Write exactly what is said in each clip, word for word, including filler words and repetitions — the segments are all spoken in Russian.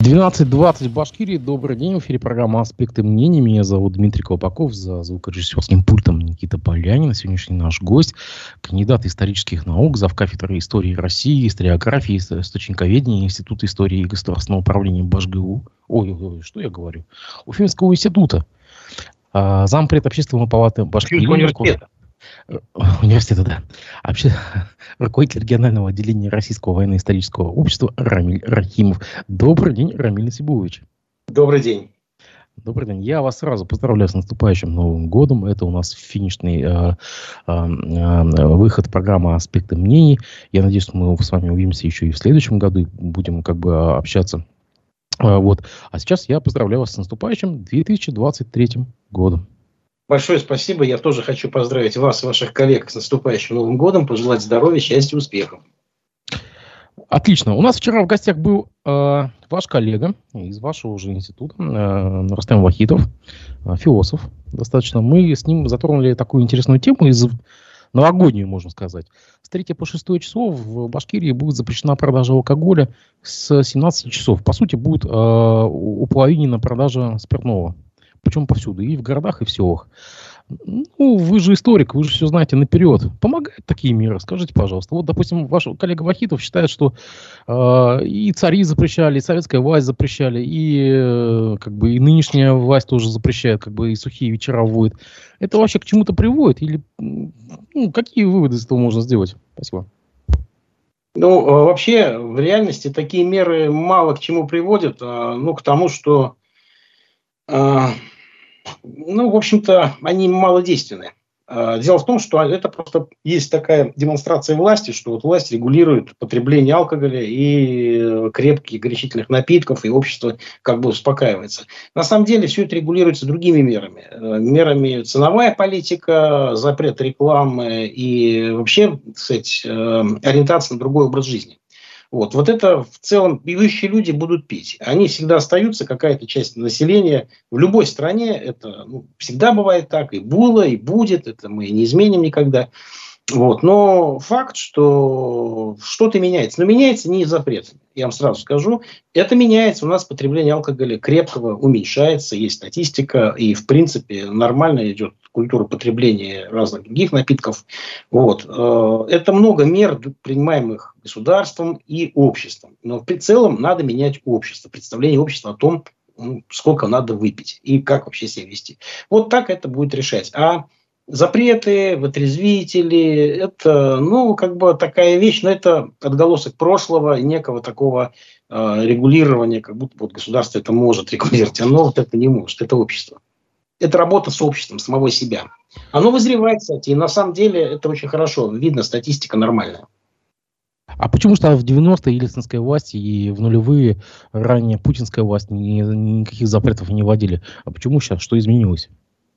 двенадцать двадцать в Башкирии. Добрый день. В эфире программа «Аспекты мнений». Меня зовут Дмитрий Колпаков. За звукорежиссерским пультом Никита Полянин. Сегодняшний наш гость — кандидат исторических наук, завкафедры истории России, историографии, источниковедения Института истории и государственного управления БашГУ. Ой, ой, что я говорю? Уфимского института. А, зампред общественной палаты Башкирии. Университета. Университета, да. Вообще, руководитель регионального отделения Российского военно-исторического общества Рамиль Рахимов. Добрый день, Рамиль Насибулович. Добрый день. Добрый день. Я вас сразу поздравляю с наступающим Новым годом. Это у нас финишный э, э, э, выход программы «Аспекты мнений». Я надеюсь, что мы с вами увидимся еще и в следующем году и будем как бы общаться. Э, вот. А сейчас я поздравляю вас с наступающим две тысячи двадцать третьим годом. Большое спасибо. Я тоже хочу поздравить вас и ваших коллег с наступающим Новым годом, пожелать здоровья, счастья, успехов. Отлично. У нас вчера в гостях был э, ваш коллега из вашего же института, э, Рустем Вахитов, э, философ достаточно. Мы с ним затронули такую интересную тему, из новогоднюю, можно сказать. С третьего по шестое число в Башкирии будет запрещена продажа алкоголя с семнадцати часов. По сути, будет э, уполовинена продажа спиртного. Причем повсюду, и в городах, и в селах. Ну, вы же историк, вы же все знаете наперед. Помогают такие меры? Скажите, пожалуйста. Вот, допустим, ваш коллега Вахитов считает, что э, и цари запрещали, и советская власть запрещали, и, э, как бы, и нынешняя власть тоже запрещает, как бы и сухие вечера вводит. Это вообще к чему-то приводит? Или ну, какие выводы из этого можно сделать? Спасибо. Ну, вообще, в реальности такие меры мало к чему приводят. Ну, к тому, что ну, в общем-то, они малодейственны. Дело в том, что это просто есть такая демонстрация власти, что вот власть регулирует потребление алкоголя и крепких горячительных напитков, и общество как бы успокаивается. На самом деле все это регулируется другими мерами. Мерами ценовая политика, запрет рекламы и вообще, так сказать, ориентация на другой образ жизни. Вот. вот это в целом пьющие люди будут пить. Они всегда остаются, какая-то часть населения. В любой стране это ну, всегда бывает так. И было, и будет. Это мы не изменим никогда. Вот. Но факт, что что-то меняется. Но меняется не запретами. Я вам сразу скажу. Это меняется. У нас потребление алкоголя крепкого уменьшается. Есть статистика. И в принципе нормально идет культура потребления разных других напитков. Вот. Это много мер, принимаемых государством и обществом. Но в целом надо менять общество. Представление общества о том, сколько надо выпить и как вообще себя вести. Вот так это будет решать. А запреты, вытрезвители, это, ну, как бы такая вещь, но это отголосок прошлого, некого такого э, регулирования, как будто вот государство это может регулировать, оно вот это не может, это общество. Это работа с обществом, самого себя. Оно вызревает, кстати, и на самом деле это очень хорошо, видно, статистика нормальная. А почему что в девяностые ельцинская власть и в нулевые ранее путинская власть ни, никаких запретов не вводили? А почему сейчас? Что изменилось?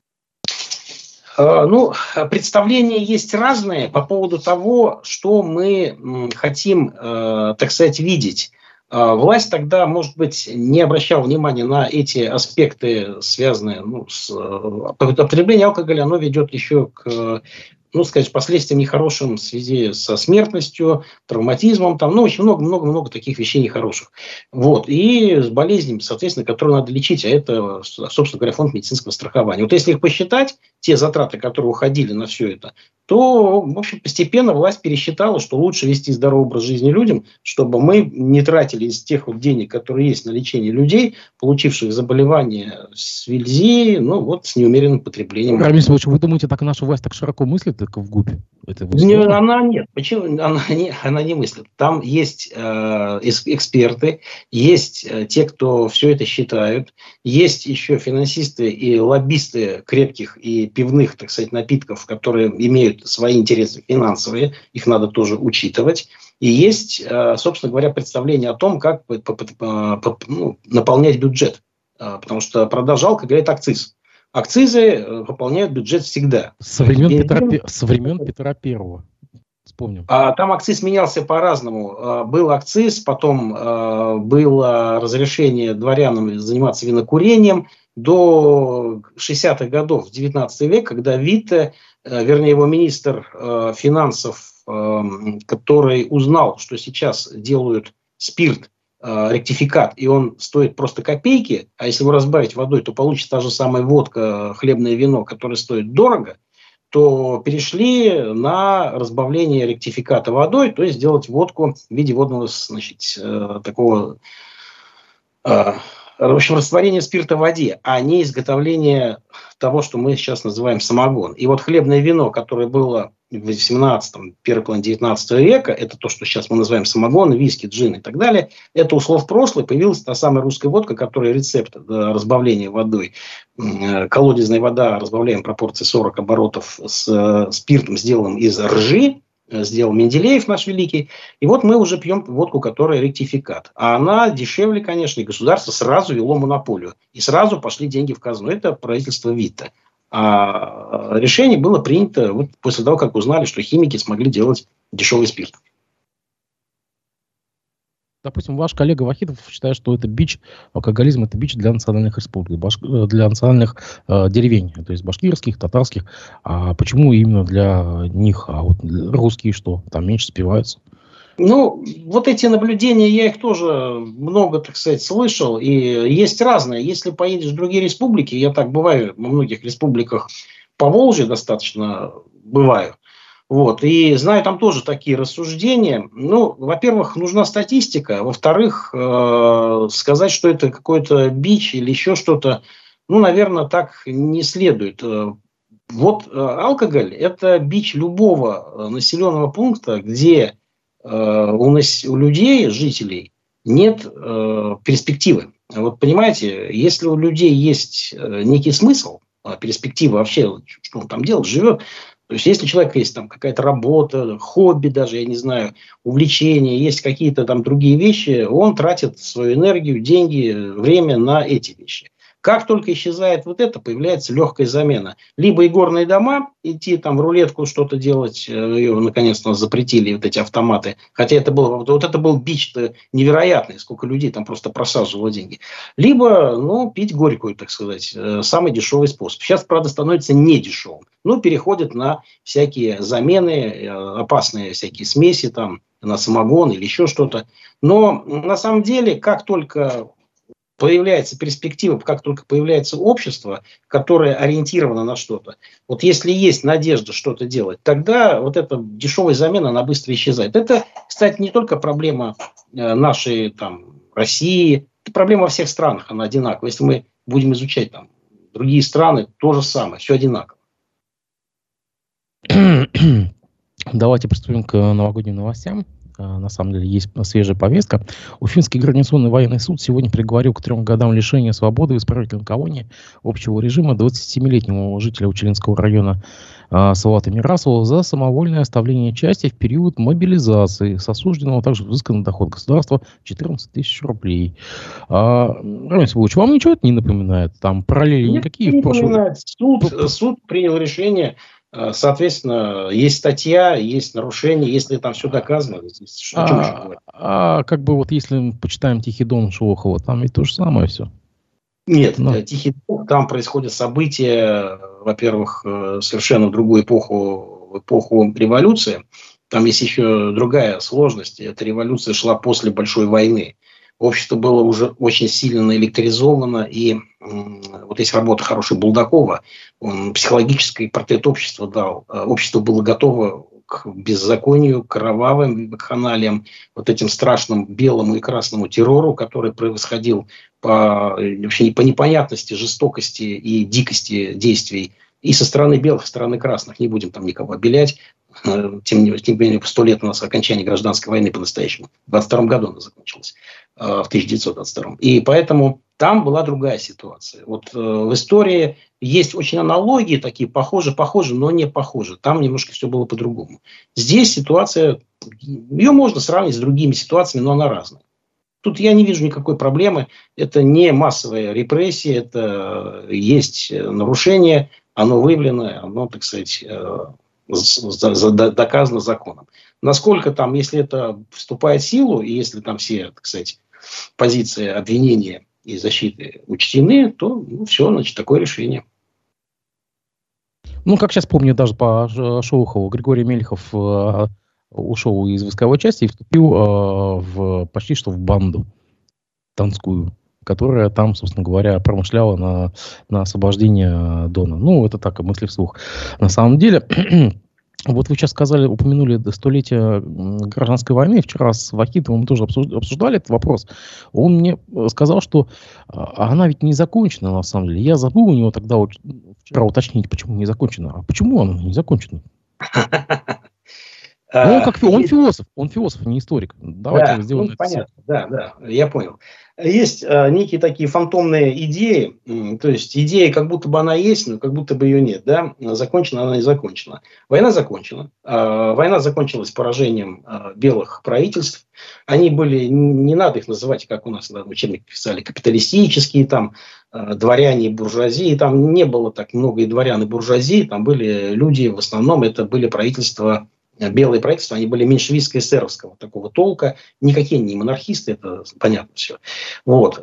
Ну, представления есть разные по поводу того, что мы хотим, так сказать, видеть. Власть тогда, может быть, не обращала внимания на эти аспекты, связанные ну, с употреблением алкоголя. Оно ведет еще к, ну, сказать, последствиям нехорошим в связи со смертностью, травматизмом. Там, ну, очень много-много-много таких вещей нехороших. Вот. И с болезнями, соответственно, которые надо лечить. А это, собственно говоря, фонд медицинского страхования. Вот если их посчитать, те затраты, которые уходили на все это, то, в общем, постепенно власть пересчитала, что лучше вести здоровый образ жизни людям, чтобы мы не тратили из тех вот денег, которые есть на лечение людей, получивших заболевания с ВИЛ-ЗИ, ну вот с неумеренным потреблением. Рамиль Ильич, вы думаете, так наша власть так широко мыслит, как в ГУПе? Это не, она нет. Почему? Она не, она не мыслит. Там есть э, эксперты, есть э, те, кто все это считают, есть еще финансисты и лоббисты крепких и пивных, так сказать, напитков, которые имеют свои интересы финансовые, их надо тоже учитывать. И есть, э, собственно говоря, представление о том, как по, по, по, по, ну, наполнять бюджет. Э, потому что продажа алкоголя – это акциз. Акцизы пополняют бюджет всегда. Со времен, Петра, со времен Петра Первого. Вспомним. А, там акциз менялся по-разному. А, был акциз, потом а, было разрешение дворянам заниматься винокурением. До шестидесятых годов девятнадцатого века, когда Витте, а, вернее его министр а, финансов, а, который узнал, что сейчас делают спирт э, ректификат, и он стоит просто копейки, а если его разбавить водой, то получится та же самая водка, хлебное вино, которое стоит дорого, то перешли на разбавление ректификата водой, то есть сделать водку в виде водного, значит, э, такого, э, в общем, растворения спирта в воде, а не изготовление того, что мы сейчас называем самогон. И вот хлебное вино, которое было в восемнадцатом, первой половине девятнадцатого века, это то, что сейчас мы называем самогон, виски, джин и так далее, это ушло в прошлое, появилась та самая русская водка, которая рецепт разбавления водой, колодезная вода, разбавляем пропорции сорок оборотов с спиртом, сделанным из ржи, сделал Менделеев наш великий. И вот мы уже пьем водку, которая ректификат. А она дешевле, конечно, и государство сразу вело монополию. И сразу пошли деньги в казну. Это правительство Витте. А решение было принято вот после того, как узнали, что химики смогли делать дешевый спирт. Допустим, ваш коллега Вахитов считает, что это бич, алкоголизм – это бич для национальных республик, баш, для национальных э, деревень, то есть башкирских, татарских. А почему именно для них? А вот русские что? Там меньше спиваются? Ну, вот эти наблюдения, я их тоже много, так сказать, слышал. И есть разные. Если поедешь в другие республики, я так бываю во многих республиках Поволжья достаточно бываю. Вот. И знаю там тоже такие рассуждения. Ну, во-первых, нужна статистика. Во-вторых, э, сказать, что это какой-то бич или еще что-то, ну, наверное, так не следует. Вот э, алкоголь – это бич любого населенного пункта, где э, у, нас, у людей, жителей, нет э, перспективы. Вот понимаете, если у людей есть э, некий смысл, перспектива вообще, что он там делает, живет. То есть, если у человека есть там какая-то работа, хобби даже, я не знаю, увлечения, есть какие-то там другие вещи, он тратит свою энергию, деньги, время на эти вещи. Как только исчезает вот это, появляется легкая замена. Либо игорные дома, идти там в рулетку что-то делать, ее наконец-то запретили, вот эти автоматы. Хотя это был, вот это был бич-то невероятный, сколько людей там просто просаживало деньги. Либо, ну, пить горькую, так сказать, самый дешевый способ. Сейчас, правда, становится не дешевым. Ну, переходит на всякие замены, опасные всякие смеси, там, на самогон или еще что-то. Но на самом деле, как только появляется перспектива, как только появляется общество, которое ориентировано на что-то, вот если есть надежда что-то делать, тогда вот эта дешевая замена, она быстро исчезает. Это, кстати, не только проблема нашей там, России, это проблема во всех странах, она одинаковая. Если мы будем изучать там, другие страны, то же самое, все одинаково. Давайте приступим к новогодним новостям. На самом деле есть свежая повестка. Уфимский гарнизонный военный суд сегодня приговорил к трем годам лишения свободы в исправительной колонии общего режима двадцатисемилетнего жителя Учелинского района э, Салата Мирасова за самовольное оставление части в период мобилизации. С осужденного также взыскан доход государства четырнадцать тысяч рублей. А, Роман Сергеевич, вам ничего это не напоминает? Там параллели Нет, никакие не в прошлом... напоминает. Суд, суд принял решение. Соответственно, есть статья, есть нарушение, если там все доказано. Здесь, о чем еще говорить? А как бы вот если мы почитаем «Тихий дон» Шолохова, там ведь то же самое все. Нет, Но. «Тихий дон», там происходят события, во-первых, совершенно в другую эпоху, в эпоху революции. Там есть еще другая сложность. Эта революция шла после Большой войны. Общество было уже очень сильно наэлектризовано, и м, вот есть работа хорошая Булдакова, он психологический портрет общества дал. Общество было готово к беззаконию, к кровавым вакханалиям, вот этим страшным белому и красному террору, который происходил по, вообще, по непонятности, жестокости и дикости действий и со стороны белых, и со стороны красных. Не будем там никого обелять. Тем не менее, сто лет у нас окончания гражданской войны по-настоящему. В двадцать втором году она закончилась. В тысяча девятьсот двадцать втором. И поэтому там была другая ситуация. Вот э, в истории есть очень аналогии такие, похожи, похожи, но не похожи. Там немножко все было по-другому. Здесь ситуация, ее можно сравнить с другими ситуациями, но она разная. Тут я не вижу никакой проблемы. Это не массовая репрессия, это есть нарушение, оно выявлено, оно, так сказать, э, доказано законом. Насколько там, если это вступает в силу, и если там все, так сказать, позиции обвинения и защиты учтены, то ну, все, значит, такое решение. Ну, как сейчас помню, даже по Шолохову, Григорий Мелехов э, ушел из войсковой части и вступил э, в, почти что в банду. Донскую, которая там, собственно говоря, промышляла на, на освобождение Дона. Ну, это так, мысли вслух. На самом деле, вот вы сейчас сказали, упомянули столетие гражданской войны. Вчера с Вахитовым тоже обсуждали этот вопрос. Он мне сказал, что она ведь не закончена, на самом деле. Я забыл у него тогда вчера уточнить, почему не закончена. А почему она не закончена? Ну, он, как, он философ, он философ, не историк. Давайте да, сделаем ну, это. Понятно, все. да, да, я понял. Есть а, некие такие фантомные идеи, то есть идея, как будто бы она есть, но как будто бы ее нет, да, закончена она не закончена. Война закончена. А, война закончилась поражением а, белых правительств. Они были, не надо их называть, как у нас да, в учебнике писали, капиталистические, там, а, дворяне и буржуазии. Там не было так много и дворян, и буржуазии. Там были люди, в основном это были правительства, белые правительства, они были меньшевистско-эсеровского такого толка, никакие не монархисты, это понятно все. Вот.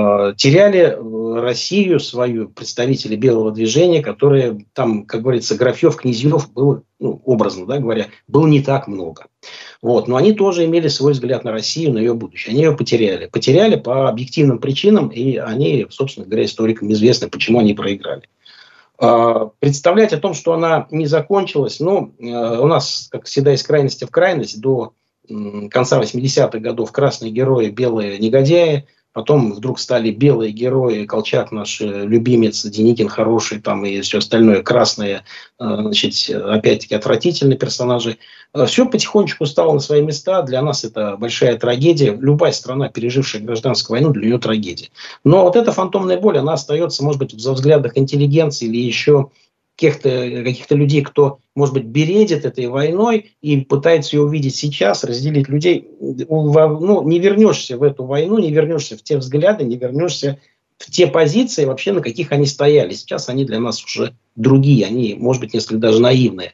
Теряли Россию, свою представители белого движения, которые там, как говорится, графьев, князьев было, ну, образно да, говоря, было не так много. Вот. Но они тоже имели свой взгляд на Россию, на ее будущее. Они ее потеряли. Потеряли по объективным причинам, и они, собственно говоря, историкам известно, почему они проиграли. Представлять о том, что она не закончилась, ну, у нас, как всегда, из крайности в крайность, до конца восьмидесятых годов красные герои, белые негодяи, потом вдруг стали белые герои, Колчак наш любимец, Деникин хороший, там и все остальное, красные, значит, опять-таки отвратительные персонажи. Все потихонечку стало на свои места. Для нас это большая трагедия. Любая страна, пережившая гражданскую войну, для нее трагедия. Но вот эта фантомная боль, она остается, может быть, в взглядах интеллигенции или еще каких-то, каких-то людей, кто, может быть, бередит этой войной и пытается ее увидеть сейчас, разделить людей. Ну, не вернешься в эту войну, не вернешься в те взгляды, не вернешься в те позиции, вообще на каких они стояли. Сейчас они для нас уже другие, они, может быть, несколько даже наивные.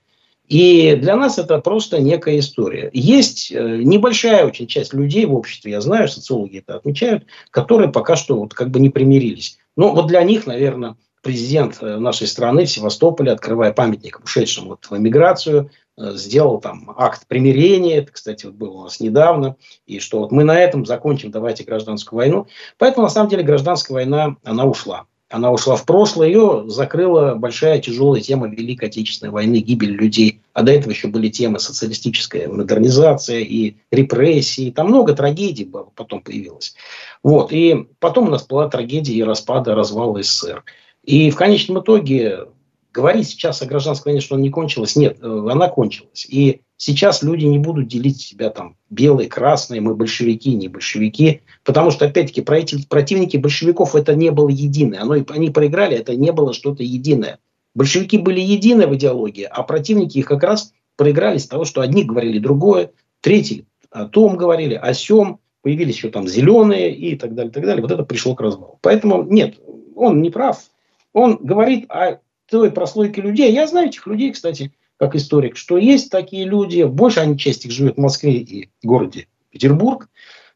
И для нас это просто некая история. Есть небольшая очень часть людей в обществе, я знаю, социологи это отмечают, которые пока что вот как бы не примирились. Но вот для них, наверное, президент нашей страны в Севастополе, открывая памятник ушедшим вот в эмиграцию, сделал там акт примирения. Это, кстати, вот было у нас недавно. И что вот мы на этом закончим, давайте гражданскую войну. Поэтому, на самом деле, гражданская война, она ушла. Она ушла в прошлое, ее закрыла большая тяжелая тема Великой Отечественной войны, гибель людей. А до этого еще были темы социалистическая модернизация и репрессии. Там много трагедий потом появилось. Вот. И потом у нас была трагедия и распада, развала СССР. И в конечном итоге говорить сейчас о гражданской войне, что она не кончилась, нет, она кончилась. И сейчас люди не будут делить себя там белые, красные, мы большевики, не большевики. Потому что, опять-таки, противники большевиков это не было единое. Оно, они проиграли, это не было что-то единое. Большевики были едины в идеологии, а противники их как раз проиграли из того, что одни говорили другое, третьи о том говорили, о сём, появились еще там зеленые и так далее, так далее. Вот это пришло к развалу. Поэтому нет, он не прав. Он говорит о той прослойке людей. Я знаю этих людей, кстати, как историк, что есть такие люди, большая часть их живет в Москве и городе Петербург,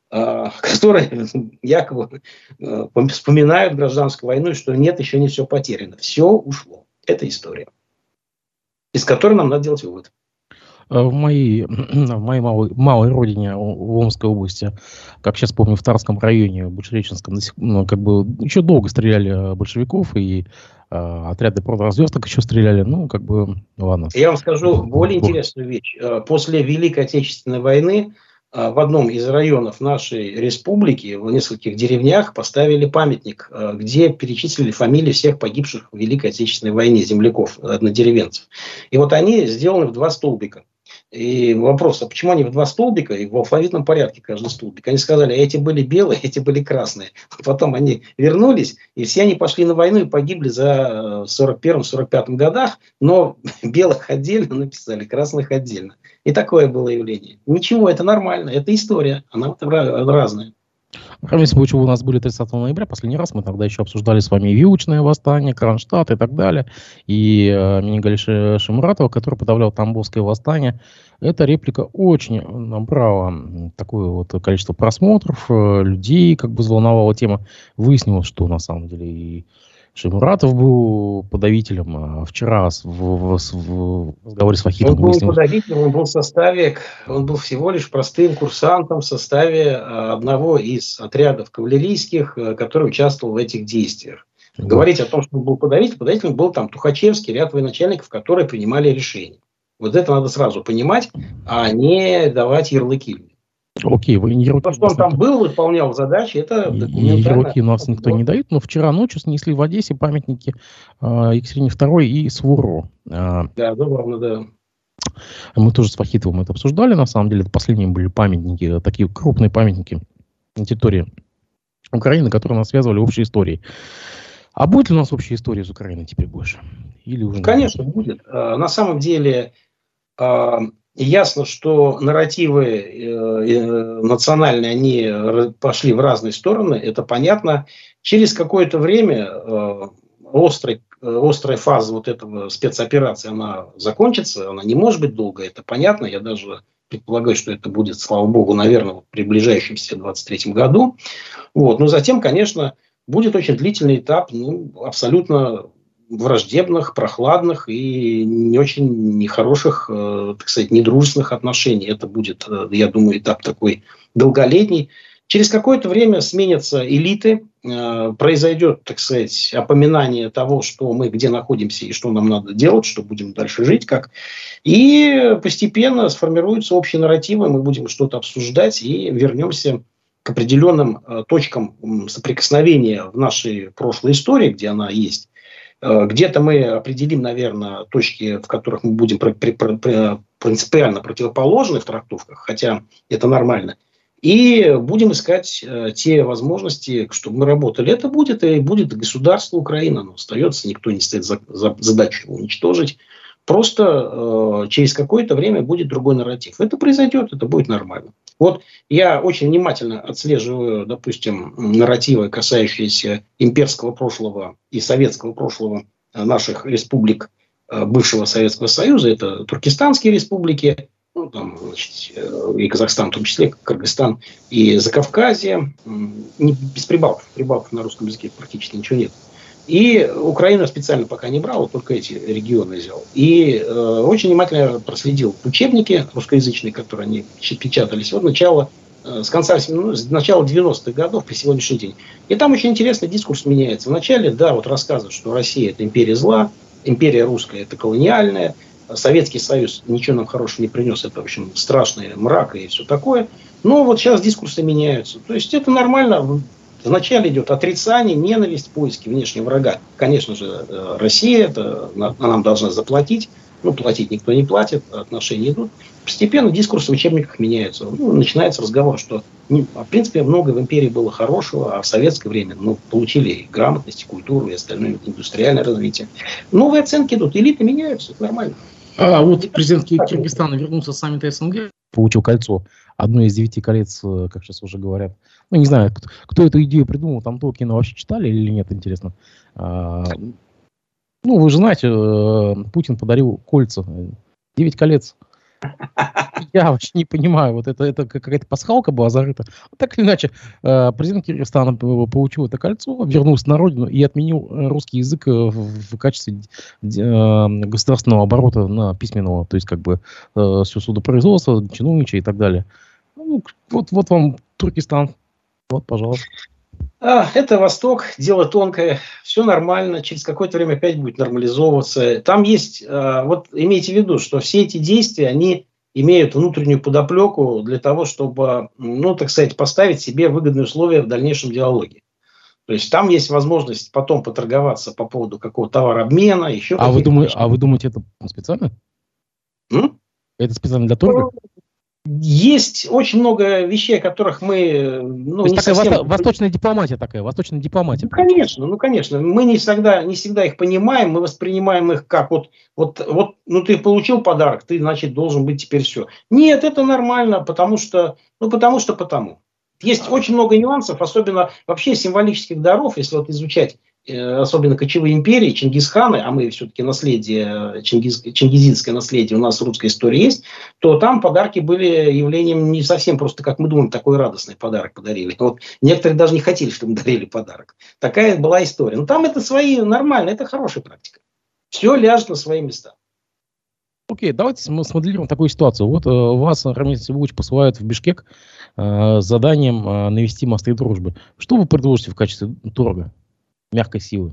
которые якобы вспоминают гражданскую войну, и что нет, еще не все потеряно. Все ушло. Это история, из которой нам надо делать вывод. В моей, в моей малой, малой родине, в Омской области, как сейчас помню, в Тарском районе, в Большереченском, ну, как бы еще долго стреляли большевиков, и э, отряды продразверсток еще стреляли. Ну, как бы, ладно. Я вам скажу более интересную вещь. После Великой Отечественной войны в одном из районов нашей республики, в нескольких деревнях, поставили памятник, где перечислили фамилии всех погибших в Великой Отечественной войне земляков, однодеревенцев. И вот они сделаны в два столбика. И вопрос, а почему они в два столбика и в алфавитном порядке каждый столбик? Они сказали, эти были белые, эти были красные. Потом они вернулись, и все они пошли на войну и погибли за сорок первом — сорок пятом годах, но белых отдельно написали, красных отдельно. И такое было явление. Ничего, это нормально, это история, она разная. Кроме всего, у нас были тридцатого ноября, последний раз мы тогда еще обсуждали с вами Вьючное восстание, Кронштадт и так далее, и э, Минигаль Шаймуратова, который подавлял Тамбовское восстание. Эта реплика очень набрала такое вот количество просмотров, э, людей как бы взволновала тема. Выяснилось, что на самом деле и Муратов был подавителем, а вчера в, в, в, в разговоре с Вахитом... Он был выяснилось... подавителем, он был в составе, он был всего лишь простым курсантом в составе одного из отрядов кавалерийских, который участвовал в этих действиях. Вот. Говорить о том, что он был подавитель, подавителем был там Тухачевский, ряд военачальников, которые принимали решения. Вот это надо сразу понимать, а не давать ярлыки. Окей, вы ярлыки... То, что он там был, выполнял задачи, это документально. Ярлыки у нас никто не дает, но вчера ночью снесли в Одессе памятники э, Екатерине второй и Суворову. Э, да, забавно, да. Мы тоже с Вахитовым это обсуждали, на самом деле. Это последние были памятники, такие крупные памятники на территории Украины, которые нас связывали общей историей. А будет ли у нас общая история с Украиной теперь больше? Или уже Конечно, не будет. На самом деле... Ясно, что нарративы э, национальные, они пошли в разные стороны, это понятно. Через какое-то время э, острый, острая фаза вот этого спецоперации, она закончится, она не может быть долгой, это понятно. Я даже предполагаю, что это будет, слава богу, наверное, при приближающемся двадцать третьем году. Вот. Но затем, конечно, будет очень длительный этап, ну, абсолютно враждебных, прохладных и не очень нехороших, э, так сказать, недружественных отношений. Это будет, э, я думаю, этап такой долголетний. Через какое-то время сменятся элиты, э, произойдет, так сказать, опоминание того, что мы где находимся и что нам надо делать, что будем дальше жить, как. И постепенно сформируются общие нарративы, мы будем что-то обсуждать и вернемся к определенным э, точкам соприкосновения в нашей прошлой истории, где она есть. Где-то мы определим, наверное, точки, в которых мы будем принципиально противоположны в трактовках, хотя это нормально. И будем искать те возможности, чтобы мы работали. Это будет и будет государство Украины. Оно остается, никто не стоит за, за задачу его уничтожить. Просто э, через какое-то время будет другой нарратив. Это произойдет, это будет нормально. Вот я очень внимательно отслеживаю, допустим, нарративы, касающиеся имперского прошлого и советского прошлого наших республик бывшего Советского Союза. Это туркестанские республики, ну, там, значит, и Казахстан, в том числе Кыргызстан, и Закавказье. Не, без прибавок. Прибавок на русском языке практически ничего нет. И Украину специально пока не брал, вот только эти регионы взял. И э, очень внимательно проследил учебники русскоязычные, которые они печатались от начала, э, с конца, ну, с начала девяностых годов по сегодняшний день. И там очень интересный дискурс меняется. Вначале, да, вот рассказывают, что Россия – это империя зла, империя русская – это колониальная, Советский Союз ничего нам хорошего не принес, это, в общем, страшный мрак и все такое. Но вот сейчас дискурсы меняются. То есть это нормально. Вначале идет отрицание, ненависть, поиски внешнего врага. Конечно же, Россия, это, она нам должна заплатить. Ну, платить никто не платит, отношения идут. Постепенно дискурсы в учебниках меняются. Ну, начинается разговор, что, ну, в принципе, много в империи было хорошего, а в советское время, ну, получили и грамотность, и культуру, и остальное, индустриальное развитие. Новые оценки идут, элиты меняются, это нормально. А вот президент Киргизстана вернулся с саммита СНГ, получил кольцо, одно из девяти колец, как сейчас уже говорят. Ну, не знаю, кто, кто эту идею придумал, там Толкина вообще читали или нет, интересно. А, ну, вы же знаете, Путин подарил кольца, девять колец. Я вообще не понимаю, вот это, это какая-то пасхалка была зарыта. Так или иначе, президент Киргизстана получил это кольцо, вернулся на родину и отменил русский язык в качестве государственного оборота на письменного, то есть как бы все судопроизводство, чиновничье и так далее. Ну, вот, вот вам Туркестан, вот, пожалуйста. А, это Восток, дело тонкое, все нормально, через какое-то время опять будет нормализовываться. Там есть, вот имейте в виду, что все эти действия, они имеют внутреннюю подоплеку для того, чтобы, ну, так сказать, поставить себе выгодные условия в дальнейшем диалоге. То есть там есть возможность потом поторговаться по поводу какого-то товарообмена, еще а вы, думаете, а вы думаете, это специально? М? Это специально для торга? Есть очень много вещей, о которых мы... Ну, То есть не такая совсем... восто- восточная дипломатия такая, восточная дипломатия. Ну, конечно, ну, конечно. Мы не всегда, не всегда их понимаем, мы воспринимаем их как вот, вот, вот, ну, ты получил подарок, ты, значит, должен быть теперь все. Нет, это нормально, потому что, ну, потому что потому. Есть очень много нюансов, особенно вообще символических даров, если вот изучать особенно кочевые империи, Чингисханы, а мы все-таки наследие, чингиз, чингизидское наследие у нас в русской истории есть, то там подарки были явлением не совсем просто, как мы думаем, такой радостный подарок подарили. Вот некоторые даже не хотели, чтобы дарили подарок. Такая была история. Но там это свои нормально, это хорошая практика. Все ляжет на свои места. Окей, давайте мы смоделируем такую ситуацию. Вот э, вас, Рамис Сивуч, посылают в Бишкек э, с заданием э, навести мосты дружбы. Что вы предложите в качестве торга, мягкой силы?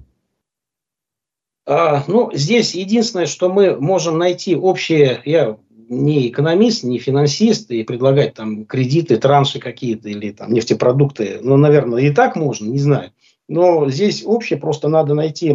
А, ну, здесь единственное, что мы можем найти общее, я не экономист, не финансист, и предлагать там кредиты, транши какие-то или там нефтепродукты, ну, наверное, и так можно, не знаю. Но здесь общее, просто надо найти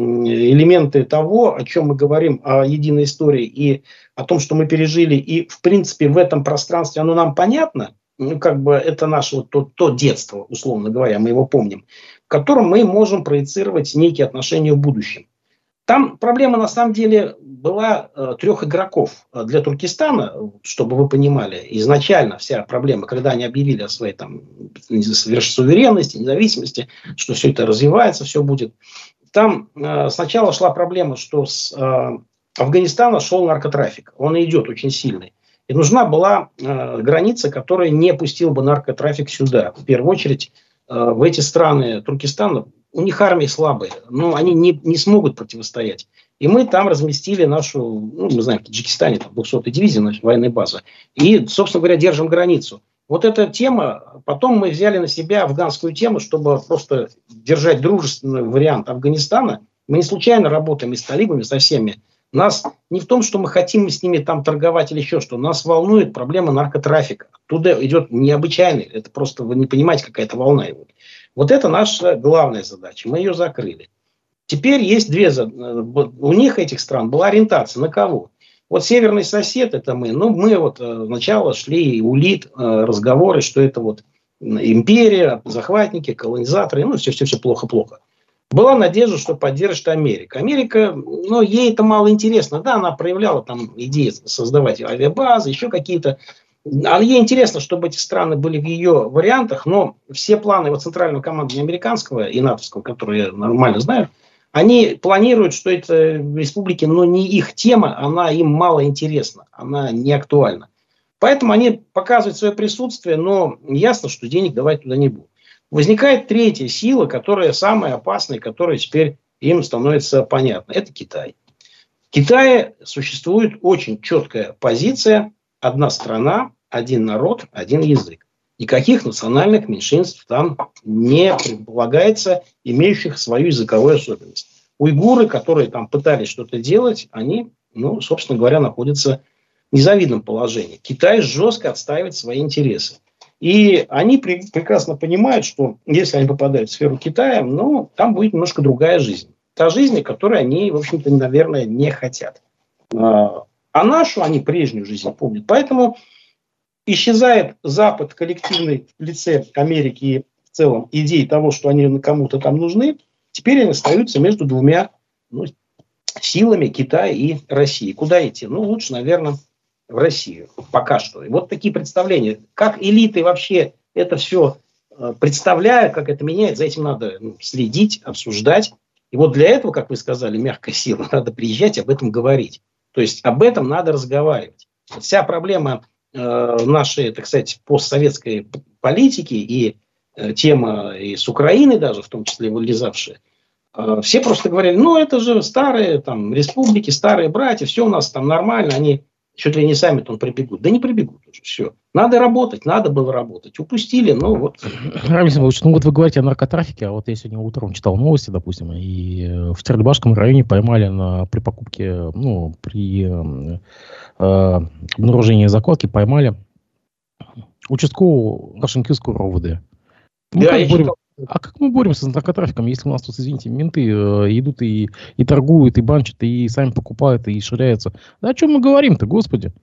элементы того, о чем мы говорим, о единой истории и о том, что мы пережили. И, в принципе, в этом пространстве оно нам понятно. Ну, как бы это наше вот то, то детство, условно говоря, мы его помним, в котором мы можем проецировать некие отношения в будущем. Там проблема, на самом деле, была э, трех игроков для Туркестана, чтобы вы понимали. Изначально вся проблема, когда они объявили о своей там, суверенности, независимости, что все это развивается, все будет. Там э, сначала шла проблема, что с э, Афганистана шел наркотрафик. Он идет очень сильный. И нужна была э, граница, которая не пустила бы наркотрафик сюда. В первую очередь, э, в эти страны Туркестана, у них армии слабые, но они не, не смогут противостоять. И мы там разместили нашу, ну, мы знаем, в Таджикистане, там, двухсотая дивизия, наша военная база. И, собственно говоря, держим границу. Вот эта тема, потом мы взяли на себя афганскую тему, чтобы просто держать дружественный вариант Афганистана. Мы не случайно работаем и с талибами, со всеми. Нас не в том, что мы хотим с ними там торговать или еще что. Нас волнует проблема наркотрафика. Оттуда идет необычайный. Это просто вы не понимаете, какая-то волна его. Вот это наша главная задача. Мы ее закрыли. Теперь есть две задачи. У них, этих стран, была ориентация на кого? Вот северный сосед, это мы. Ну, мы вот сначала шли улит, разговоры, что это вот империя, захватники, колонизаторы. Ну, все-все-все плохо-плохо. Была надежда, что поддержит Америка. Америка, ну, ей это мало интересно. Да, она проявляла там идеи создавать авиабазы, еще какие-то. А ей интересно, чтобы эти страны были в ее вариантах, но все планы вот центрального командования американского и натовского, которые я нормально знаю, они планируют, что это республики, но не их тема, она им мало интересна, она не актуальна. Поэтому они показывают свое присутствие, но ясно, что денег давать туда не будут. Возникает третья сила, которая самая опасная, которая теперь им становится понятна. Это Китай. В Китае существует очень четкая позиция: одна страна, один народ, один язык. Никаких национальных меньшинств там не предполагается, имеющих свою языковую особенность. Уйгуры, которые там пытались что-то делать, они, ну, собственно говоря, находятся в незавидном положении. Китай жестко отстаивает свои интересы. И они при, прекрасно понимают, что если они попадают в сферу Китая, ну, там будет немножко другая жизнь. Та жизнь, которой они, в общем-то, наверное, не хотят. А нашу они прежнюю жизнь помнят. Поэтому исчезает Запад коллективный в лице Америки и в целом идеи того, что они кому-то там нужны. Теперь они остаются между двумя, ну, силами, Китая и России. Куда идти? Ну, лучше, наверное, в Россию. Пока что. И вот такие представления. Как элиты вообще это все представляют, как это меняет, за этим надо следить, обсуждать. И вот для этого, как вы сказали, мягкая сила, надо приезжать и об этом говорить. То есть об этом надо разговаривать. Вся проблема э, нашей, так сказать, постсоветской политики и э, тема и с Украины даже, в том числе вылезавшая, э, все просто говорили, ну это же старые там республики, старые братья, все у нас там нормально, они чуть ли не сами там прибегут. Да не прибегут уже, все. Надо работать, надо было работать. Упустили, ну вот. Рамис Иванович, ну вот вы говорите о наркотрафике, а вот я сегодня утром читал новости, допустим, и в Стерлибашском районе поймали на, при покупке, ну, при э, обнаружении закладки поймали участкового Рашенкирского РОВД. Мы Да, как я борем... читал. А как мы боремся с наркотрафиком, если у нас тут, извините, менты э, идут и, и торгуют, и банчат, и сами покупают, и ширяются? Да о чем мы говорим-то, господи?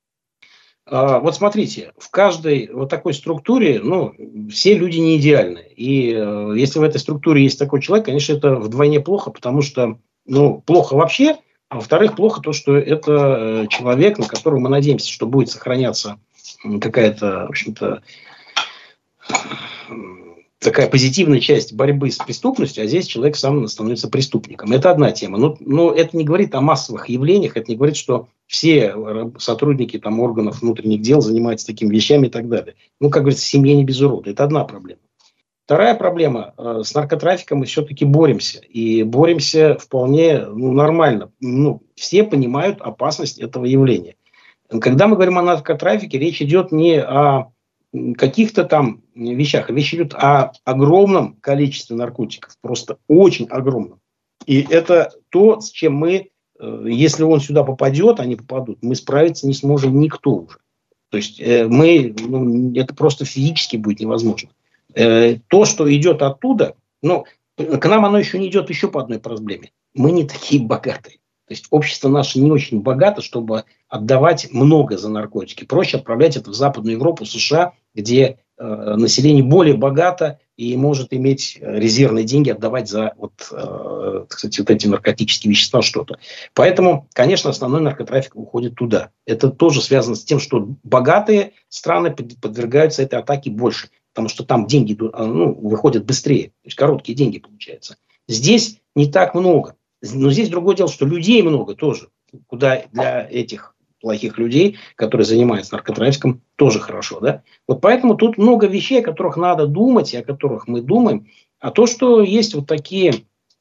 А, вот смотрите, в каждой вот такой структуре, ну, все люди не идеальны. И э, если в этой структуре есть такой человек, конечно, это вдвойне плохо, потому что, ну, плохо вообще, а во-вторых, плохо то, что это э, человек, на которого мы надеемся, что будет сохраняться какая-то, в общем-то, такая позитивная часть борьбы с преступностью, а здесь человек сам становится преступником. Это одна тема. Но, но это не говорит о массовых явлениях, это не говорит, что все сотрудники там, органов внутренних дел занимаются такими вещами и так далее. Ну, как говорится, в семье не без урода. Это одна проблема. Вторая проблема. С наркотрафиком мы все-таки боремся. И боремся вполне ну, нормально. Ну, все понимают опасность этого явления. Когда мы говорим о наркотрафике, речь идет не о каких-то там вещах. Речь идет о огромном количестве наркотиков. Просто очень огромном. И это то, с чем мы, если он сюда попадет, они попадут, мы справиться не сможем никто уже. То есть мы, ну, это просто физически будет невозможно. То, что идет оттуда, ну, к нам оно еще не идет еще по одной проблеме. Мы не такие богатые. То есть общество наше не очень богато, чтобы отдавать много за наркотики. Проще отправлять это в Западную Европу, США, где э, население более богато и может иметь резервные деньги, отдавать за вот, э, кстати, вот эти наркотические вещества что-то. Поэтому, конечно, основной наркотрафик уходит туда. Это тоже связано с тем, что богатые страны подвергаются этой атаке больше, потому что там деньги ну, выходят быстрее, то есть короткие деньги получаются. Здесь не так много. Но здесь другое дело, что людей много тоже. Куда для этих плохих людей, которые занимаются наркотрафиком, тоже хорошо. Да? Вот поэтому тут много вещей, о которых надо думать, и о которых мы думаем. А то, что есть вот такие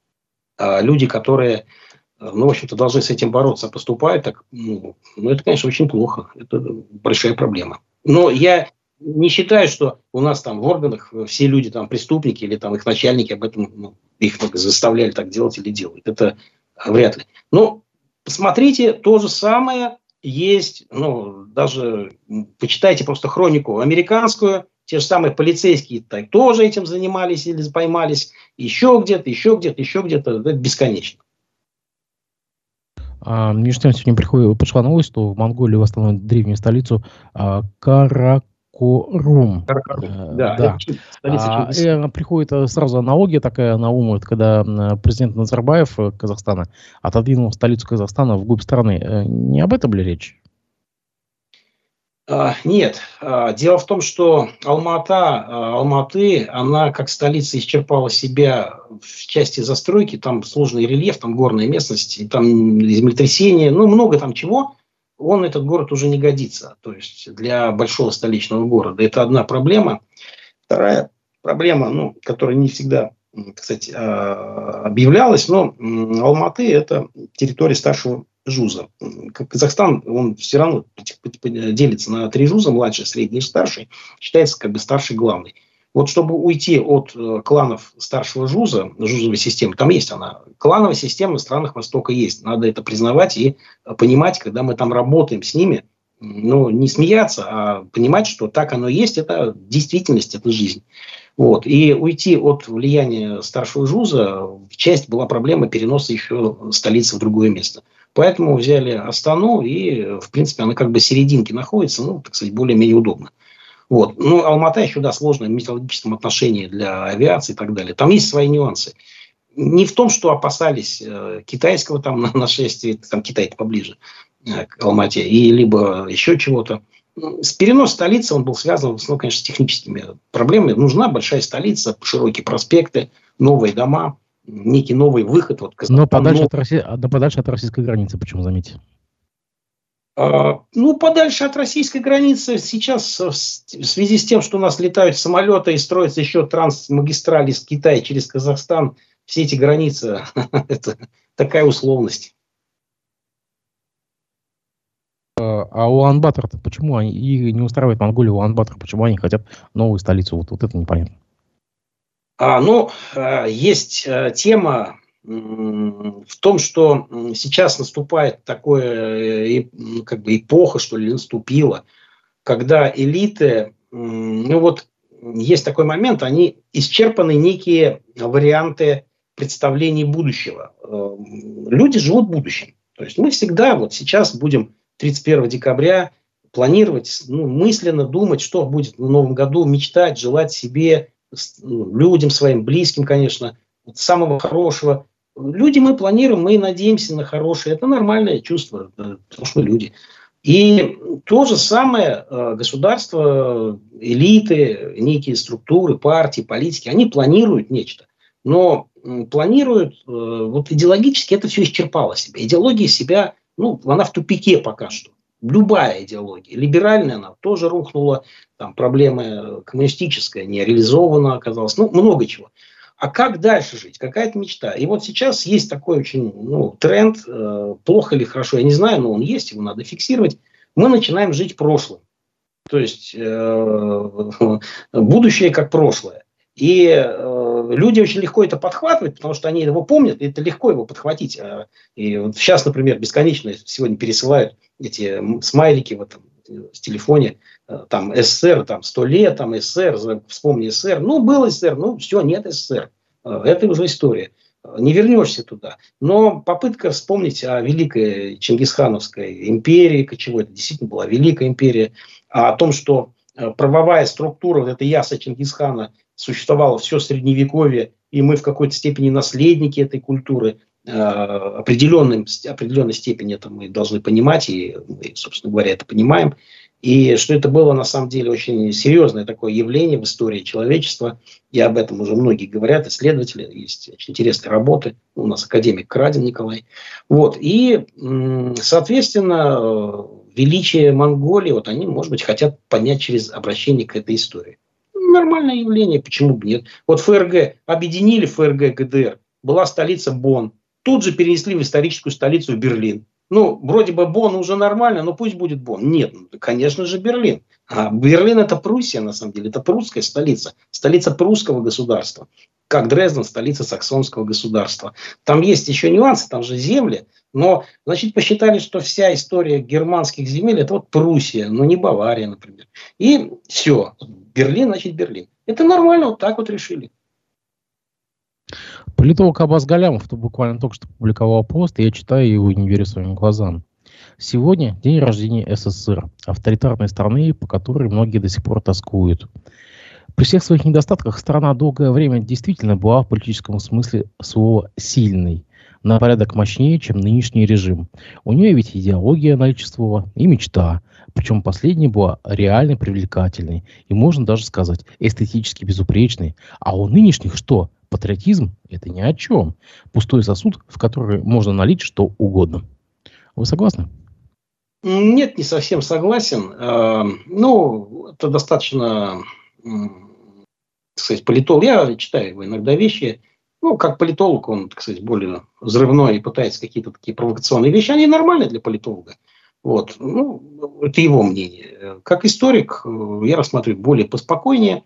а, люди, которые, ну, в общем-то, должны с этим бороться, а поступают так, ну, ну, это, конечно, очень плохо. Это большая проблема. Но я не считаю, что у нас там в органах все люди там преступники или там их начальники об этом ну, их заставляли так делать или делают. Это вряд ли. Но посмотрите, то же самое есть, ну, даже почитайте просто хронику американскую, те же самые полицейские так, тоже этим занимались или поймались, еще где-то, еще где-то, еще где-то, это бесконечно. А, между тем, сегодня приходит, пришла новость, что в Монголии восстановят древнюю столицу а, Каракорум. Да, да. А, и приходит сразу аналогия такая на ум, когда президент Назарбаев Казахстана отодвинул столицу Казахстана вглубь страны. Не об этом ли речь? А, нет. А, дело в том, что Алмата, Алматы, она как столица исчерпала себя в части застройки. Там сложный рельеф, там горная местность, там землетрясения, ну много там чего. Он, этот город, уже не годится. То есть для большого столичного города. Это одна проблема. Вторая проблема, ну, которая не всегда, кстати, объявлялась, но Алматы – это территория старшего жуза. Казахстан, он все равно делится на три жуза, младший, средний и старший. Считается как бы старший главный. Вот чтобы уйти от кланов старшего жуза, жузовой системы, там есть она, клановая система в странах Востока есть. Надо это признавать и понимать, когда мы там работаем с ними, ну, не смеяться, а понимать, что так оно есть, это действительность, это жизнь. Вот. И уйти от влияния старшего жуза, в часть была проблема переноса еще столицы в другое место. Поэтому взяли Астану, и, в принципе, она как бы серединке находится, ну, так сказать, более-менее удобно. Вот. Ну, Алмата еще, да, сложная в методологическом отношении для авиации и так далее. Там есть свои нюансы. Не в том, что опасались э, китайского там нашествия, там Китай поближе э, к Алмате, и либо еще чего-то. С переносом столицы он был связан, в основном, конечно, с техническими проблемами. Нужна большая столица, широкие проспекты, новые дома, некий новый выход. Вот, но, подальше от России, но подальше от российской границы, почему, заметьте? Ну, подальше от российской границы сейчас в связи с тем, что у нас летают самолеты и строятся еще трансмагистрали из Китая через Казахстан, все эти границы, это такая условность. А Улан-Батор-то почему они, их не устраивает Монголию Улан-Батор, почему они хотят новую столицу? Вот, вот это непонятно. А, ну, есть тема в том, что сейчас наступает такое, как бы эпоха, что ли, наступила, когда элиты, ну вот, есть такой момент, они исчерпаны некие варианты представлений будущего. Люди живут будущим. То есть мы всегда, вот сейчас будем тридцать первого декабря планировать, ну, мысленно думать, что будет в новом году, мечтать, желать себе, людям своим, близким, конечно, самого хорошего. Люди мы планируем, мы надеемся на хорошее. Это нормальное чувство, потому что мы люди. И то же самое государство, элиты, некие структуры, партии, политики, они планируют нечто. Но планируют, вот идеологически это все исчерпало себя. Идеология себя, ну, она в тупике пока что. Любая идеология. Либеральная она тоже рухнула, там проблемы коммунистическая не реализована оказалась, ну, много чего. А как дальше жить? Какая-то мечта. И вот сейчас есть такой очень ну, тренд, э, плохо или хорошо, я не знаю, но он есть, его надо фиксировать. Мы начинаем жить прошлым. То есть э, будущее как прошлое. И э, люди очень легко это подхватывают, потому что они его помнят, и это легко его подхватить. И вот сейчас, например, бесконечно сегодня пересылают эти смайлики в этом в телефоне, там СССР, там сто лет, там СССР, вспомни СССР. Ну, был СССР, ну, все, нет СССР. Это уже история. Не вернешься туда. Но попытка вспомнить о великой Чингисхановской империи, кочевой, это действительно была великая империя, а о том, что правовая структура, вот это яса Чингисхана, существовала все средневековье, и мы в какой-то степени наследники этой культуры, определенной, определенной степени это мы должны понимать, и мы, собственно говоря, это понимаем. И что это было на самом деле очень серьезное такое явление в истории человечества. И об этом уже многие говорят, исследователи. Есть очень интересные работы. У нас академик Крадин Николай. Вот. И, соответственно, величие Монголии, вот они, может быть, хотят поднять через обращение к этой истории. Нормальное явление, почему бы нет. Вот ФРГ, объединили ФРГ, ГДР, была столица Бонн. Тут же перенесли в историческую столицу Берлин. Ну, вроде бы Бонн уже нормально, но пусть будет Бонн. Нет, ну, конечно же, Берлин. А Берлин – это Пруссия, на самом деле. Это прусская столица. Столица прусского государства. Как Дрезден – столица саксонского государства. Там есть еще нюансы, там же земли. Но, значит, посчитали, что вся история германских земель – это вот Пруссия, но не Бавария, например. И все. Берлин, значит, Берлин. Это нормально, вот так вот решили. Политолог Аббас Галямов то буквально только что публиковал пост, и я читаю его и не верю своим глазам. Сегодня день рождения СССР, авторитарной страны, по которой многие до сих пор тоскуют. При всех своих недостатках страна долгое время действительно была в политическом смысле слова сильной, на порядок мощнее, чем нынешний режим. У нее ведь идеология наличествовала и мечта, причем последняя была реально привлекательной и, можно даже сказать, эстетически безупречной. А у нынешних что? Патриотизм – это ни о чем. Пустой сосуд, в который можно налить что угодно. Вы согласны? Нет, не совсем согласен. Ну, это достаточно, так сказать, политолог. Я читаю его иногда вещи. Ну, как политолог, он, так сказать, более взрывной и пытается какие-то такие провокационные вещи. Они нормальные для политолога. Вот. Ну, это его мнение. Как историк я рассматриваю более поспокойнее.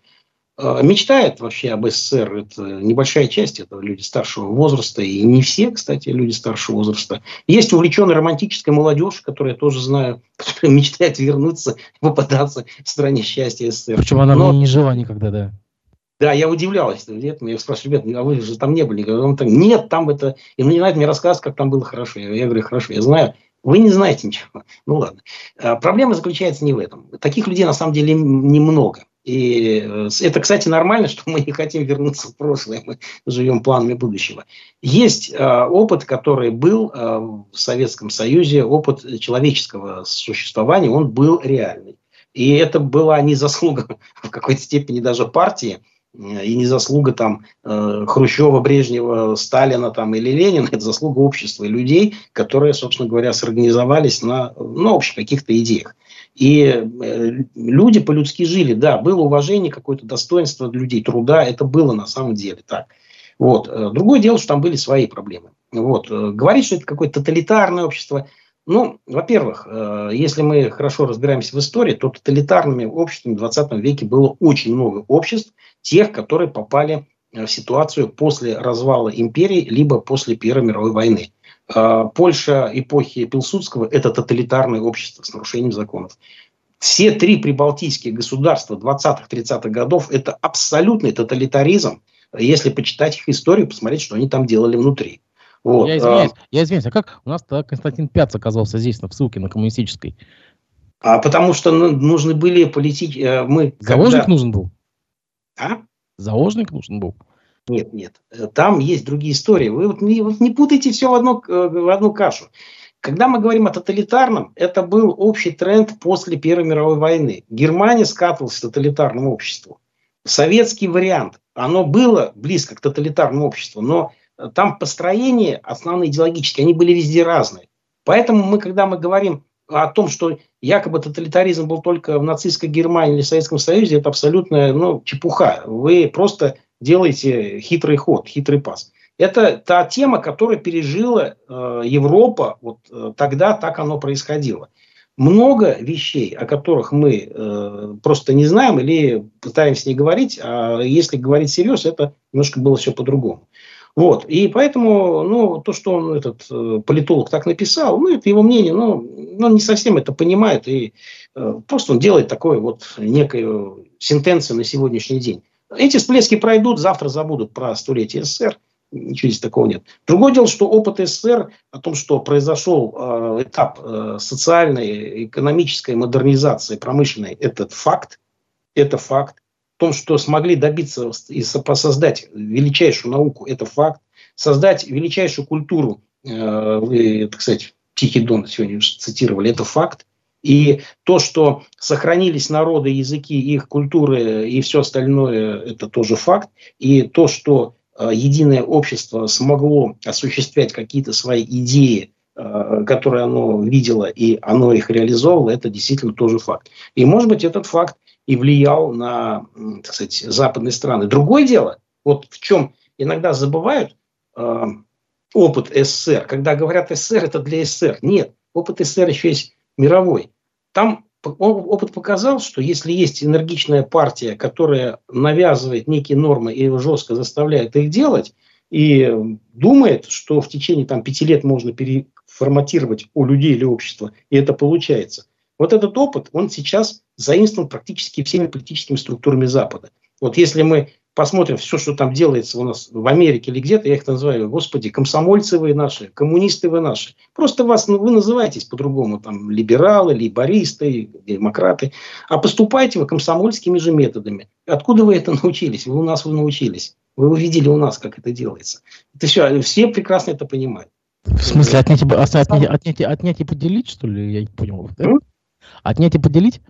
Мечтает вообще об СССР это небольшая часть, это люди старшего возраста, и не все, кстати, люди старшего возраста. Есть увлеченная романтическая молодежь, которую я тоже знаю, которая мечтает вернуться, попадаться в стране счастья СССР. Причем она Но... не жила никогда, да. Да, я удивлялась. Я спрашиваю, ребят, а вы же там не были? Он так, нет, там это... И мне надо мне рассказывать, как там было хорошо. Я, я говорю, хорошо, я знаю. Вы не знаете ничего. Ну ладно. А, проблема заключается не в этом. Таких людей на самом деле немного. И это, кстати, нормально, что мы не хотим вернуться в прошлое, мы живем планами будущего. Есть э, опыт, который был э, в Советском Союзе, опыт человеческого существования, он был реальный. И это была не заслуга в какой-то степени даже партии, э, и не заслуга там э, Хрущева, Брежнева, Сталина там, или Ленина, это заслуга общества и людей, которые, собственно говоря, сорганизовались на, на общих каких-то идеях. И э, люди по-людски жили, да, было уважение, какое-то достоинство людей, труда, это было на самом деле так. Вот. Другое дело, что там были свои проблемы. Вот. Говорить, что это какое-то тоталитарное общество, ну, во-первых, э, если мы хорошо разбираемся в истории, то тоталитарными обществами в двадцатом веке было очень много обществ, тех, которые попали в ситуацию после развала империи, либо после Первой мировой войны. Польша эпохи Пилсудского – это тоталитарное общество с нарушением законов. Все три прибалтийские государства двадцатых-тридцатых годов – это абсолютный тоталитаризм, если почитать их историю, посмотреть, что они там делали внутри. Вот. Я извиняюсь, я извиняюсь, а как у нас Константин Пяц оказался здесь, на ссылке на коммунистической? А потому что нужны были политики... Мы Заложник когда... нужен был? А? Заложник нужен был? Нет, нет. Там есть другие истории. Вы вот не, вот не путайте все в одну, в одну кашу. Когда мы говорим о тоталитарном, это был общий тренд после Первой мировой войны. Германия скатывалась к тоталитарному обществу. Советский вариант, оно было близко к тоталитарному обществу, но там построения основные идеологические, они были везде разные. Поэтому мы, когда мы говорим о том, что якобы тоталитаризм был только в нацистской Германии или в Советском Союзе, это абсолютно ну, чепуха. Вы просто делаете хитрый ход, хитрый пас. Это та тема, которая пережила э, Европа. Вот э, тогда так оно происходило. Много вещей, о которых мы э, просто не знаем или пытаемся не говорить, а если говорить всерьез, это немножко было все по-другому. Вот. И поэтому, ну, то, что он, этот э, политолог так написал, ну, это его мнение, но ну, он не совсем это понимает. И э, просто он делает такое вот некую сентенцию на сегодняшний день. Эти всплески пройдут, завтра забудут про столетие СССР. Ничего здесь такого нет. Другое дело, что опыт СССР о том, что произошел э, этап э, социальной, экономической модернизации промышленной, это факт. Это факт. В том, что смогли добиться и создать величайшую науку, это факт. Создать величайшую культуру, э, вы, так сказать, Тихий Дон сегодня цитировали, это факт. И то, что сохранились народы, языки, их культуры и все остальное, это тоже факт. И то, что единое общество смогло осуществлять какие-то свои идеи, которые оно видело, и оно их реализовывало, это действительно тоже факт. И, может быть, этот факт и влиял на, так сказать, западные страны. Другое дело, вот в чем иногда забывают э, опыт СССР. Когда говорят СССР, это для СССР. Нет, опыт СССР еще есть мировой. Там опыт показал, что если есть энергичная партия, которая навязывает некие нормы и жестко заставляет их делать, и думает, что в течение там, пяти лет можно переформатировать у людей или общества, и это получается. Вот этот опыт, он сейчас заимствован практически всеми политическими структурами Запада. Вот если мы посмотрим все, что там делается у нас в Америке или где-то, я их называю, господи, комсомольцы вы наши, коммунисты вы наши. Просто вас, ну, вы называетесь по-другому, там, либералы, лейбористы, демократы. А поступаете вы комсомольскими же методами. Откуда вы это научились? Вы у нас вы научились. Вы увидели у нас, как это делается. Это все, все прекрасно это понимают. В смысле, отнять, отнять, отнять, отнять и поделить, что ли? Я не понял. Да? Отнять и поделить?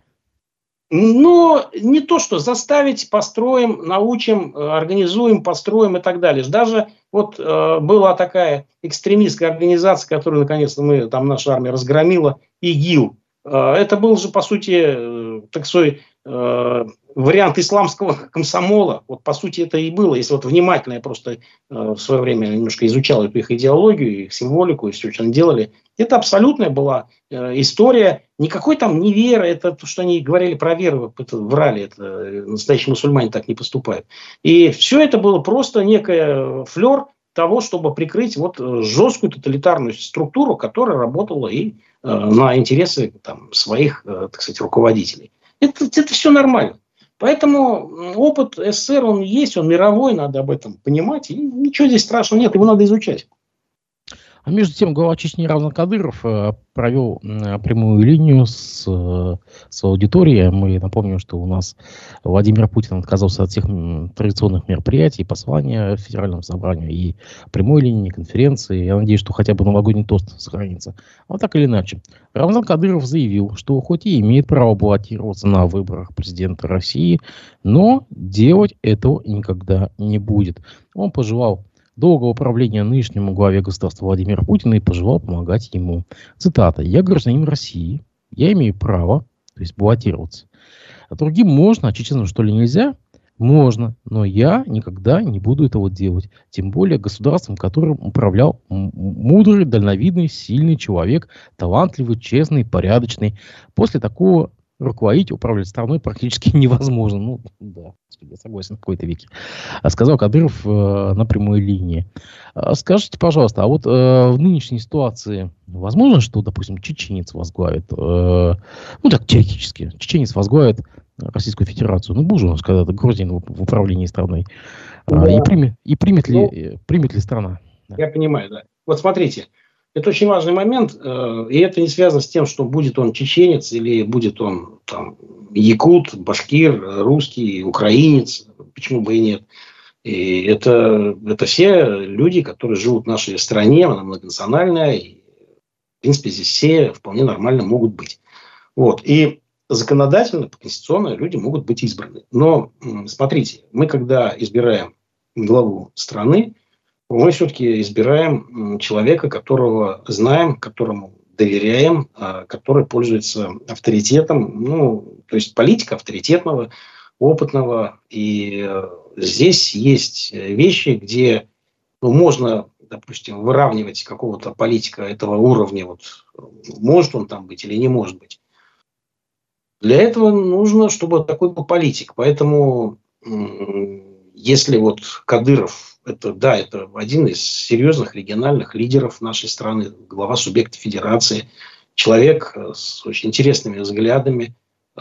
Но не то, что заставить, построим, научим, организуем, построим и так далее. Даже вот э, была такая экстремистская организация, которую наконец-то мы, там наша армия разгромила, ИГИЛ. Э, это был же, по сути, э, такой э, вариант исламского комсомола. Вот, по сути, это и было. Если вот внимательно я просто э, в свое время немножко изучал эту их идеологию, их символику и все, что они делали, это абсолютная была э, история. Никакой там не веры, это то, что они говорили про веру, это врали, это настоящие мусульмане так не поступают. И все это было просто некая флер того, чтобы прикрыть вот жесткую тоталитарную структуру, которая работала и э, на интересы там, своих, э, так сказать, руководителей. Это, это все нормально. Поэтому опыт СССР, он есть, он мировой, надо об этом понимать. И ничего здесь страшного нет, его надо изучать. А между тем, глава Чечни Рамзан Кадыров э, провел э, прямую линию с, э, с аудиторией. Мы напомним, что у нас Владимир Путин отказался от всех м, традиционных мероприятий, послания в Федеральном собрании и прямой линии, конференции. Я надеюсь, что хотя бы новогодний тост сохранится. Вот так или иначе. Рамзан Кадыров заявил, что хоть и имеет право баллотироваться на выборах президента России, но делать этого никогда не будет. Он пожелал долгого правления нынешнему главе государства Владимира Путина и пожелал помогать ему. Цитата. «Я гражданин России. Я имею право, то есть баллотироваться. А другим можно, а чеченцам что ли нельзя? Можно, но я никогда не буду этого делать. Тем более государством, которым управлял мудрый, дальновидный, сильный человек, талантливый, честный, порядочный. После такого руководить, управлять страной практически невозможно». Ну, да, я согласен в какой-то веке. Сказал Кадыров э, на прямой линии. Скажите, пожалуйста, а вот э, в нынешней ситуации возможно, что, допустим, чеченец возглавит, э, ну так, теоретически, чеченец возглавит Российскую Федерацию, ну, был же у нас когда-то грузин в, в управлении страной, да. и, примет, и примет, ли, ну, примет ли страна? Я да. понимаю, да. Вот смотрите, это очень важный момент, э, и это не связано с тем, что будет он чеченец или будет он там, якут, башкир, русский, украинец, почему бы и нет. И это, это все люди, которые живут в нашей стране, она многонациональная, и В принципе, здесь все вполне нормально могут быть. Вот. И законодательно, конституционно люди могут быть избраны. Но, смотрите, мы когда избираем главу страны, мы все-таки избираем человека, которого знаем, которому доверяем, который пользуется авторитетом. Ну, то есть политика авторитетного, опытного. И здесь есть вещи, где ну, можно, допустим, выравнивать какого-то политика этого уровня. Вот, может он там быть или не может быть. Для этого нужно, чтобы такой был политик. Поэтому, если вот Кадыров, это, да, это один из серьезных региональных лидеров нашей страны, глава субъекта федерации, человек с очень интересными взглядами,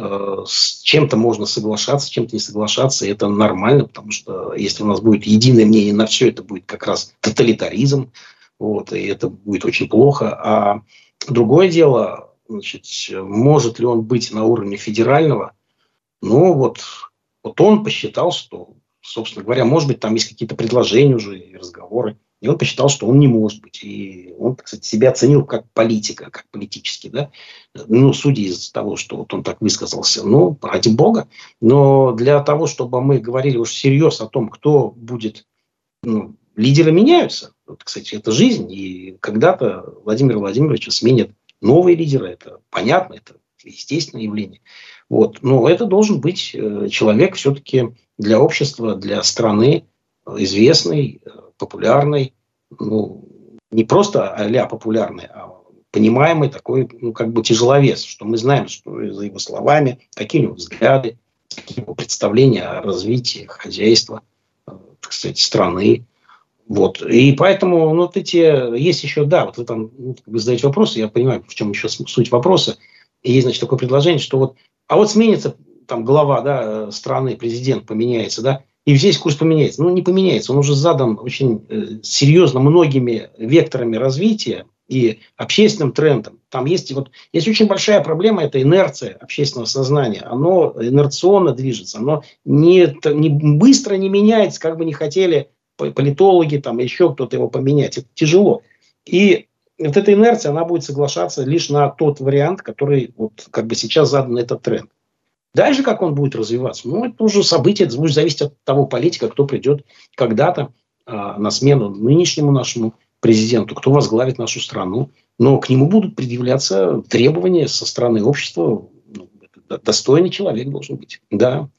с чем-то можно соглашаться, с чем-то не соглашаться, и это нормально, потому что если у нас будет единое мнение на все, это будет как раз тоталитаризм, вот, и это будет очень плохо. А другое дело... Значит, может ли он быть на уровне федерального? Ну, вот, вот он посчитал, что, собственно говоря, может быть, там есть какие-то предложения уже и разговоры. И он посчитал, что он не может быть. И он, кстати, себя оценил как политика, как политически, да. Ну, судя из того, что вот он так высказался. Ну, ради бога. Но для того, чтобы мы говорили уж всерьез о том, кто будет... Ну, лидеры меняются. Вот, кстати, это жизнь. И когда-то Владимира Владимировича сменят новые лидеры, это понятно, это естественное явление. Вот. Но это должен быть человек все-таки для общества, для страны известный, популярный, ну, не просто а-ля популярный, а понимаемый такой, ну, как бы тяжеловес, что мы знаем, что за его словами, какие у него взгляды, какие его представления о развитии хозяйства, так сказать, страны. Вот. И поэтому ну, вот эти есть еще, да, вот вы там ну, вы задаете вопросы, я понимаю, в чем еще суть вопроса. И есть, значит, такое предложение, что вот, а вот сменится там глава, да, страны, президент поменяется, да, и весь курс поменяется. Ну, не поменяется, он уже задан очень э, серьезно многими векторами развития и общественным трендом. Там есть, вот, есть очень большая проблема, это инерция общественного сознания. Оно инерционно движется, оно не, не быстро не меняется, как бы не хотели политологи, там еще кто-то его поменять. Это тяжело. И вот эта инерция, она будет соглашаться лишь на тот вариант, который вот как бы сейчас задан этот тренд. Дальше как он будет развиваться? Ну, это уже событие, это будет зависеть от того политика, кто придет когда-то а, на смену нынешнему нашему президенту, кто возглавит нашу страну. Но к нему будут предъявляться требования со стороны общества. Ну, достойный человек должен быть. Да.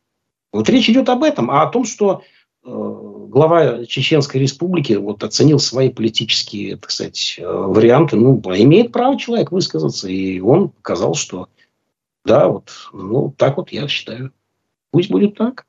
Вот речь идет об этом, а о том, что глава Чеченской Республики вот, оценил свои политические, так сказать, варианты. Ну, имеет право человек высказаться. И он показал, что да, вот, ну, так вот я считаю. Пусть будет так.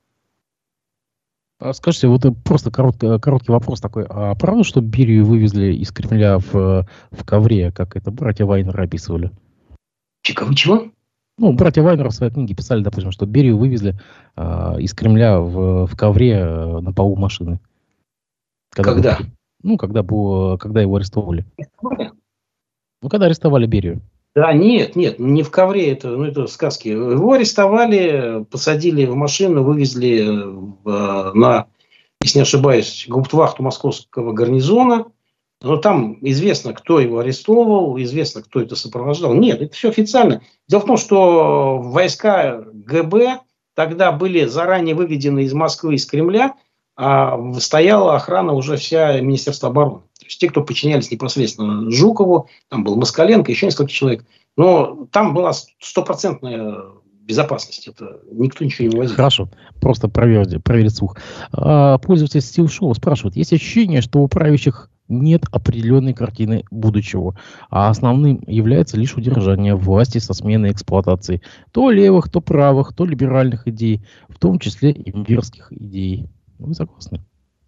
Скажите, вот просто короткий, короткий вопрос такой. А правда, что Берию вывезли из Кремля в, в ковре, как это братья Вайнеры описывали? Чего? Чего? Ну, братья Вайнеры в своей книге писали, допустим, что Берию вывезли э, из Кремля в, в ковре э, на полу машины. Когда? когда? Был, ну, когда, был, когда его арестовывали. Ну, когда арестовали Берию. Да, нет, нет, не в ковре, это, ну, это сказки. Его арестовали, посадили в машину, вывезли э, на, если не ошибаюсь, гауптвахту московского гарнизона. Но там известно, кто его арестовывал, известно, кто это сопровождал. Нет, это все официально. Дело в том, что войска ГБ тогда были заранее выведены из Москвы, из Кремля, а стояла охрана уже вся Министерства обороны. То есть те, кто подчинялись непосредственно Жукову, там был Москаленко, еще несколько человек. Но там была стопроцентная безопасность. Это никто ничего не возил. Хорошо. Просто проверить, проверить слух. А, пользователь Стив Шоу спрашивает. Есть ощущение, что у правящих нет определенной картины будущего, а основным является лишь удержание власти со сменой эксплуатации то левых, то правых, то либеральных идей, в том числе и имперских идей. Вы согласны?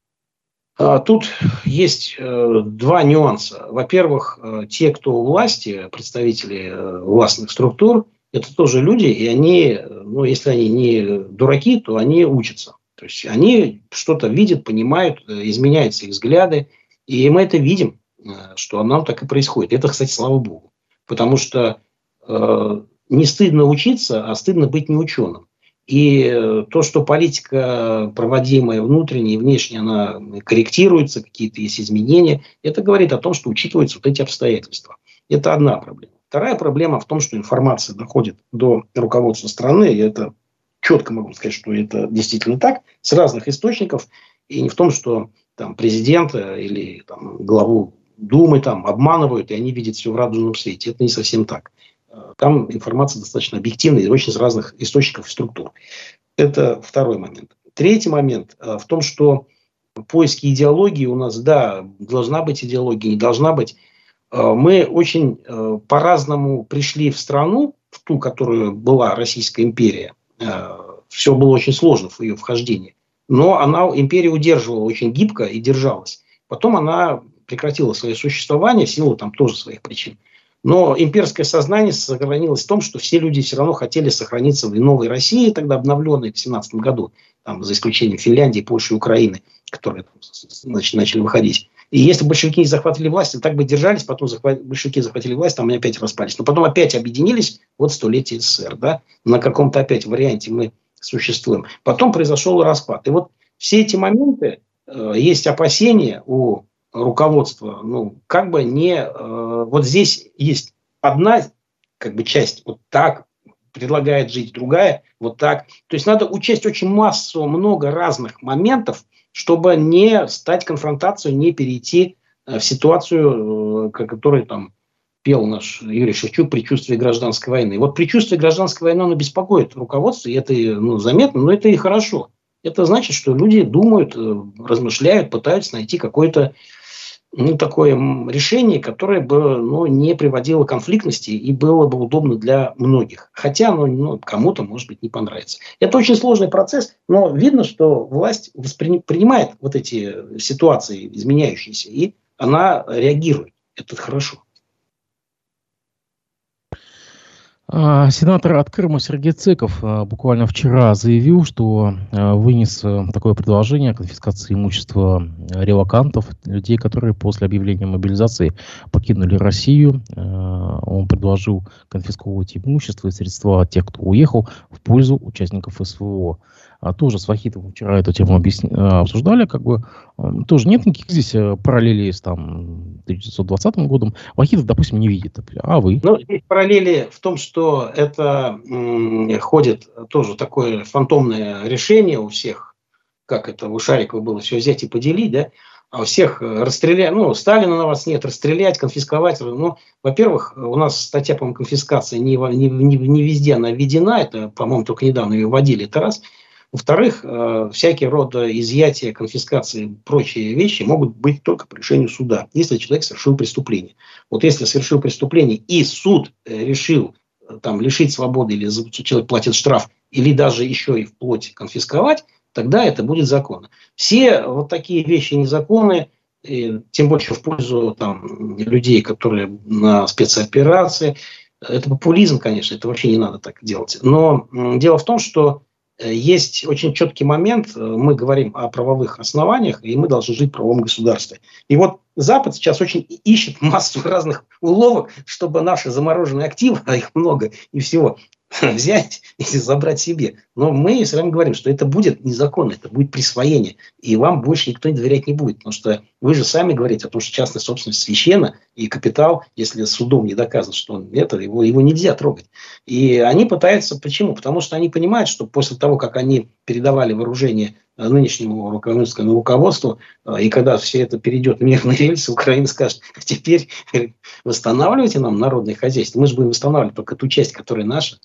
А, тут есть э, два нюанса. Во-первых, э, те, кто у власти, представители э, властных структур, это тоже люди, и они, ну, если они не дураки, то они учатся. То есть они что-то видят, понимают, изменяются их взгляды. И мы это видим, что нам так и происходит. Это, кстати, слава богу. Потому что э, не стыдно учиться, а стыдно быть неученым. И то, что политика, проводимая внутренняя и внешняя, она корректируется, какие-то есть изменения, это говорит о том, что учитываются вот эти обстоятельства. Это одна проблема. Вторая проблема в том, что информация доходит до руководства страны, и это четко могу сказать, что это действительно так, с разных источников, и не в том, что там президента или там, главу Думы там обманывают, и они видят все в радужном свете. Это не совсем так. Там информация достаточно объективная и очень из разных источников и структур. Это второй момент. Третий момент в том, что в поиске идеологии у нас, да, должна быть идеология, не должна быть. Мы очень по-разному пришли в страну, в ту, которую была Российская империя. Все было очень сложно в ее вхождении. Но она, империя удерживала очень гибко и держалась. Потом она прекратила свое существование в силу там тоже своих причин. Но имперское сознание сохранилось в том, что все люди все равно хотели сохраниться в новой России, тогда обновленной в семнадцатом году, там, за исключением Финляндии, Польши и Украины, которые значит, начали выходить. И если большевики не захватили власть, так бы держались, потом захват... большевики захватили власть, там они опять распались. Но потом опять объединились, вот столетие СССР, да, на каком-то опять варианте мы существуем. Потом произошел распад. И вот все эти моменты, э, есть опасения у руководства, ну, как бы не... Э, вот здесь есть одна, как бы, часть вот так предлагает жить, другая вот так. То есть надо учесть очень массу, много разных моментов, чтобы не стать конфронтацией, не перейти в ситуацию, о которой там пел наш Юрий Шевчук, «Предчувствие гражданской войны». И вот предчувствие гражданской войны, оно беспокоит руководство, и это, ну, заметно, но это и хорошо. Это значит, что люди думают, размышляют, пытаются найти какое-то, ну, такое решение, которое бы, ну, не приводило к конфликтности и было бы удобно для многих. Хотя оно, ну, кому-то, может быть, не понравится. Это очень сложный процесс, но видно, что власть воспринимает вот эти ситуации изменяющиеся, и она реагирует. Это хорошо. Сенатор от Крыма Сергей Цеков буквально вчера заявил, что вынес такое предложение о конфискации имущества релокантов, людей, которые после объявления мобилизации покинули Россию. Он предложил конфисковывать имущество и средства тех, кто уехал, в пользу участников СВО. А тоже с Вахитовым вчера эту тему объясни... обсуждали, как бы тоже нет никаких здесь параллелей с там тысяча девятьсот двадцатым годом. Вахитов, допустим, не видит. А вы? Ну, здесь параллели в том, что это м, ходит тоже такое фантомное решение у всех, как это у Шарикова было, все взять и поделить, да, а у всех расстрелять, ну, Сталина на вас нет, расстрелять, конфисковать. Ну, во-первых, у нас статья, по-моему, конфискации не, не, не, не везде она введена, это, по-моему, только недавно ее вводили, это раз. Во-вторых, э, всякие рода изъятия, конфискации, прочие вещи могут быть только по решению суда, если человек совершил преступление. Вот если совершил преступление и суд э, решил э, там, лишить свободы, или человек платит штраф, или даже еще и вплоть конфисковать, тогда это будет законно. Все вот такие вещи незаконные, и, тем больше в пользу там, людей, которые на спецоперации. Это популизм, конечно, это вообще не надо так делать. Но м, дело в том, что есть очень четкий момент, мы говорим о правовых основаниях, и мы должны жить в правовом государстве. И вот Запад сейчас очень ищет массу разных уловок, чтобы наши замороженные активы, а их много и всего, взять и забрать себе. Но мы с вами говорим, что это будет незаконно, это будет присвоение. И вам больше никто доверять не будет. Потому что вы же сами говорите о том, что частная собственность священна, и капитал, если судом не доказано, что он это, его, его нельзя трогать. И они пытаются, почему? Потому что они понимают, что после того, как они передавали вооружение нынешнему руководственному руководству, и когда все это перейдет в мирные рельсы, Украина скажет: теперь восстанавливайте нам народное хозяйство. Мы же будем восстанавливать только ту часть, которая наша.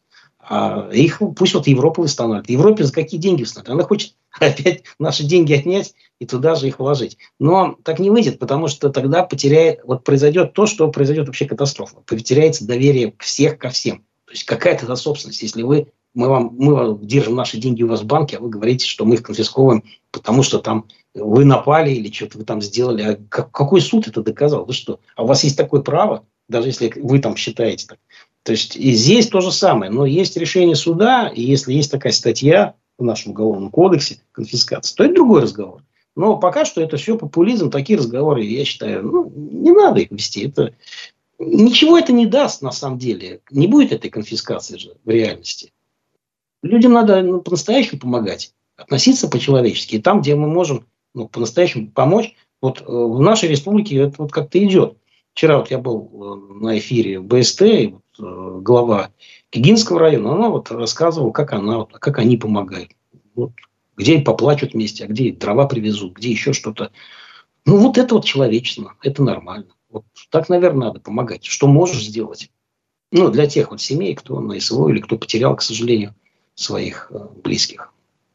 А их пусть вот Европа восстанавливает. Европе за какие деньги восстанавливает? Она хочет опять наши деньги отнять и туда же их вложить. Но так не выйдет, потому что тогда потеряет, вот произойдет то, что произойдет вообще катастрофа. Потеряется доверие всех ко всем. То есть какая тогда собственность, если вы Мы вам, мы вам держим наши деньги у вас в банке, а вы говорите, что мы их конфисковываем, потому что там вы напали или что-то вы там сделали. А как, какой суд это доказал? Вы что? А у вас есть такое право, даже если вы там считаете так. То есть и здесь то же самое. Но есть решение суда, и если есть такая статья в нашем уголовном кодексе, конфискация, то это другой разговор. Но пока что это все популизм, такие разговоры, я считаю, ну, не надо их вести. Это, ничего это не даст на самом деле. Не будет этой конфискации же в реальности. Людям надо, ну, по-настоящему помогать, относиться по-человечески. И там, где мы можем, ну, по-настоящему помочь, вот э, в нашей республике это вот как-то идет. вчера вот я был на эфире бэ эс тэ, и вот, глава Кигинского района, она вот рассказывала, как, она, как они помогают. Вот, где поплачут вместе, а где дрова привезут, где еще что-то. Ну, вот это вот человечно, это нормально. Вот так, наверное, надо помогать. Что можешь сделать? Ну, для тех вот семей, кто на СВО или кто потерял, к сожалению, своих э, близких.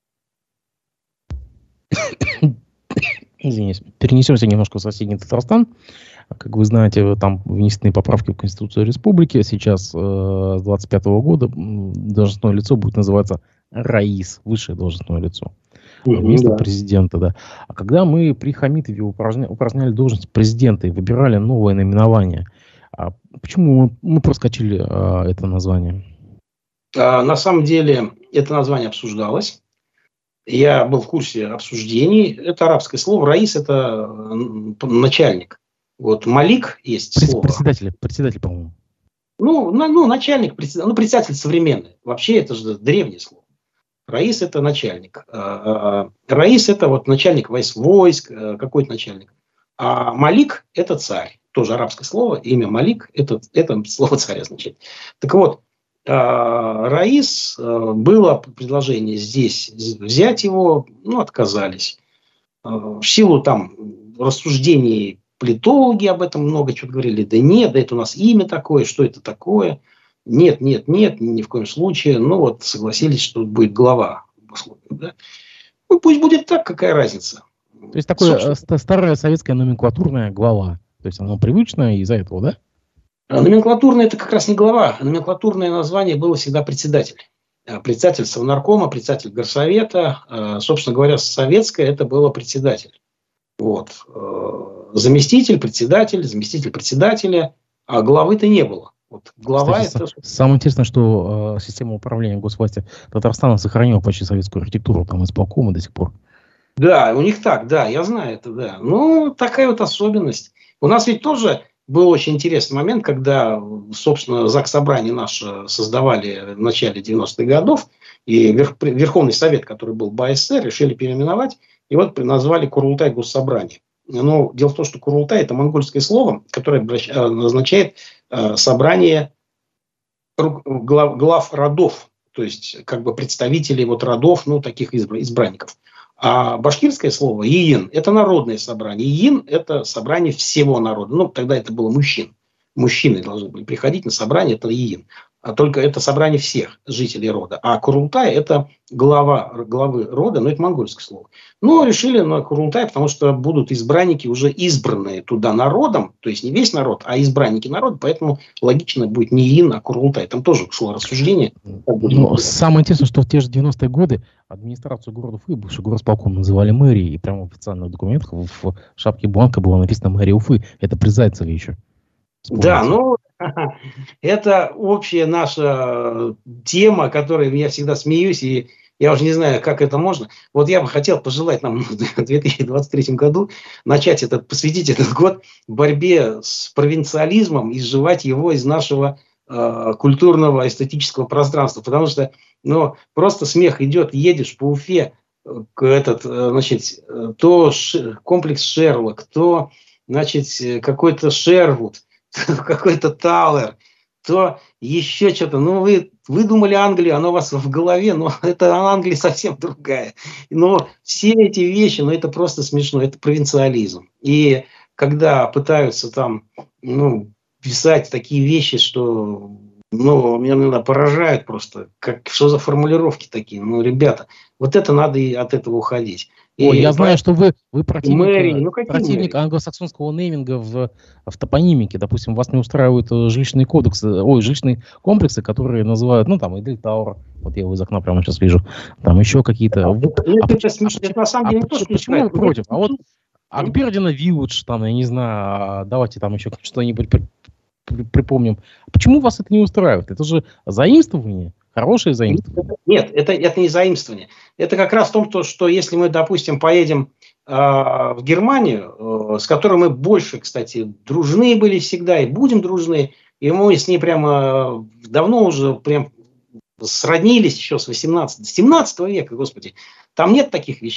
Извините. Перенесемся немножко в соседний Татарстан. Как вы знаете, там внесены поправки в Конституцию Республики. Сейчас э, с двадцать пятого года должностное лицо будет называться РАИС, высшее должностное лицо. Вместо да. президента, да. А когда мы при Хамитове упражня, упраздняли должность президента и выбирали новое наименование, а почему мы, мы проскочили а, это название? А, на самом деле это название обсуждалось. Я был в курсе обсуждений. Это арабское слово. Раис – это начальник. Вот Малик есть Пред, слово. Председатель, председатель, по-моему. Ну, на, ну, начальник, председатель, ну, председатель современный. Вообще это же древнее слово. Раис – это начальник. Раис – это вот начальник войск, войск, какой-то начальник. А Малик – это царь. Тоже арабское слово. Имя Малик – это, это слово царь означает. Так вот, Раис, было предложение здесь взять его, ну, отказались. В силу там рассуждений политологи об этом много чего говорили. Да нет, да это у нас имя такое, что это такое. Нет, нет, нет, ни в коем случае. Ну вот согласились, что будет глава. Да? Ну пусть будет так, какая разница. То есть такое Собственно... старая советская номенклатурная глава. То есть оно привычное из-за этого, да? А номенклатурное это как раз не глава. Номенклатурное название было всегда председатель. Председатель Совнаркома, председатель Горсовета. Собственно говоря, советское это было председатель. Вот. Заместитель, председатель, заместитель председателя. А главы-то не было. Вот глава Кстати, это... Самое интересное, что э, система управления госвласти Татарстана сохранила почти советскую архитектуру, там исполкома до сих пор. Да, у них так, да, я знаю это, да. Ну, такая вот особенность. У нас ведь тоже был очень интересный момент, когда, собственно, Заксобрание наше создавали в начале девяностых годов, и Верх, Верховный Совет, который был бэ а эс эс, решили переименовать, и вот назвали Курултай Госсобрание. Но дело в том, что Курултай – это монгольское слово, которое означает э, собрание глав, глав родов, то есть как бы представителей вот родов, ну, таких избранников. А башкирское слово «иин» – это народное собрание. «Иин» – это собрание всего народа. Ну, тогда это было мужчин. Мужчины должны были приходить на собрание, это «иин». А только это собрание всех жителей рода. А Курултай – это глава, главы рода, но это монгольское слово. Но решили на Курултай, потому что будут избранники уже избранные туда народом, то есть не весь народ, а избранники народа, поэтому логично будет не «иин», а Курултай. Там тоже шло рассуждение. Ну, самое интересное, что в те же девяностые годы администрацию города Уфы, бывший горосполком, называли мэрией, и прямо в официальных документах в шапке бланка было написано «Мэрия Уфы». Это при Зайцеве еще. Вспомните. Да, ну, это общая наша тема, которой я всегда смеюсь, и я уже не знаю, как это можно. Вот я бы хотел пожелать нам в две тысячи двадцать третьем году начать этот, посвятить этот год борьбе с провинциализмом и сживать его из нашего э, культурного, эстетического пространства. Потому что, ну, просто смех идет, едешь по Уфе, к этот, значит, то ш, комплекс Шерлок, то, значит, какой-то Шервуд, какой-то Тауэр, то еще что-то. Ну, вы, вы думали Англию, оно у вас в голове, но это Англия совсем другая. Но все эти вещи, ну, это просто смешно, это провинциализм. И когда пытаются там, ну, писать такие вещи, что, ну, меня иногда поражают просто, как, что за формулировки такие. Ну, ребята, вот это надо и от этого уходить. Ой, и я знаю, что вы, вы противник, мэрии, ну, противник англосаксонского нейминга в, в топонимике. Допустим, вас не устраивают жилищные кодексы, ой, жилищные комплексы, которые называют, ну, там, Эдель Тауэр, вот я его из окна прямо сейчас вижу, там еще какие-то... Это, а, это, это, а, это на самом деле а, почему, почему вы против? А вот Акбердина Вилледж, там, я не знаю, давайте там еще что-нибудь при, при, припомним. Почему вас это не устраивает? Это же заимствование. Хорошее заимствование? Нет, это, это не заимствование. Это как раз в том, что, что если мы, допустим, поедем э, в Германию, э, с которой мы больше, кстати, дружны были всегда и будем дружны, и мы с ней прямо давно уже прям сроднились еще с восемнадцатого, семнадцатого века, господи. Там нет таких вещей.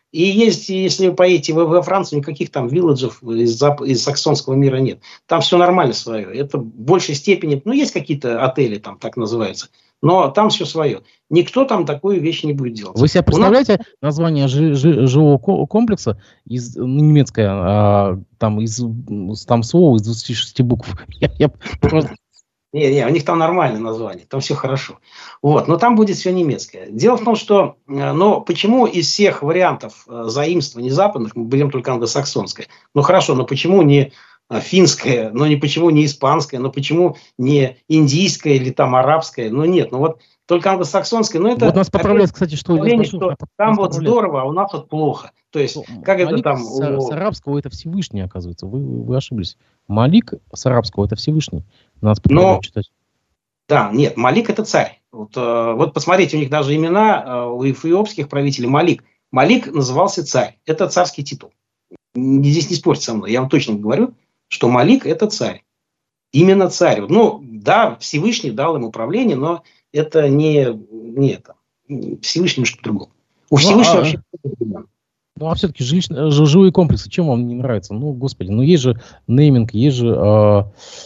И есть, если вы поедете во Францию, никаких там вилледжев из, из саксонского мира нет. Там все нормально свое. Это в большей степени, ну, есть какие-то отели, там так называются, но там все свое. Никто там такую вещь не будет делать. Вы себе представляете нас... название жи- жи- жилого комплекса из ну, немецкое, а, там из там слово из двадцати шести букв? Я, я просто... Не, не, у них там нормальное название, там все хорошо. Вот, но там будет все немецкое. Дело в том, что, но почему из всех вариантов заимствований западных мы берем только англосаксонское? Ну хорошо, но почему не финское, но не почему не испанское, но почему не индийское или там арабское? Ну нет, ну вот только англосаксонское. Но это вот нас поправляют, кстати, что, что там вот здорово, а у нас вот плохо. То есть, ну, как Малик это там... С, с арабского это Всевышний, оказывается. Вы, вы ошиблись. Малик с арабского это Всевышний. Надо поправлять читать. Да, нет, Малик это царь. Вот, э, вот посмотрите, у них даже имена э, у эфиопских правителей Малик. Малик назывался царь. Это царский титул. Здесь не спорьте со мной. Я вам точно говорю, что Малик это царь. Именно царь. Ну, да, Всевышний дал им управление, но это не, не это. Всевышний немножко по-другому. У Всевышнего ну, а, вообще... Ну, а все-таки жилищные, жилые комплексы, чем вам не нравится? Ну, господи, ну есть же нейминг, есть же э,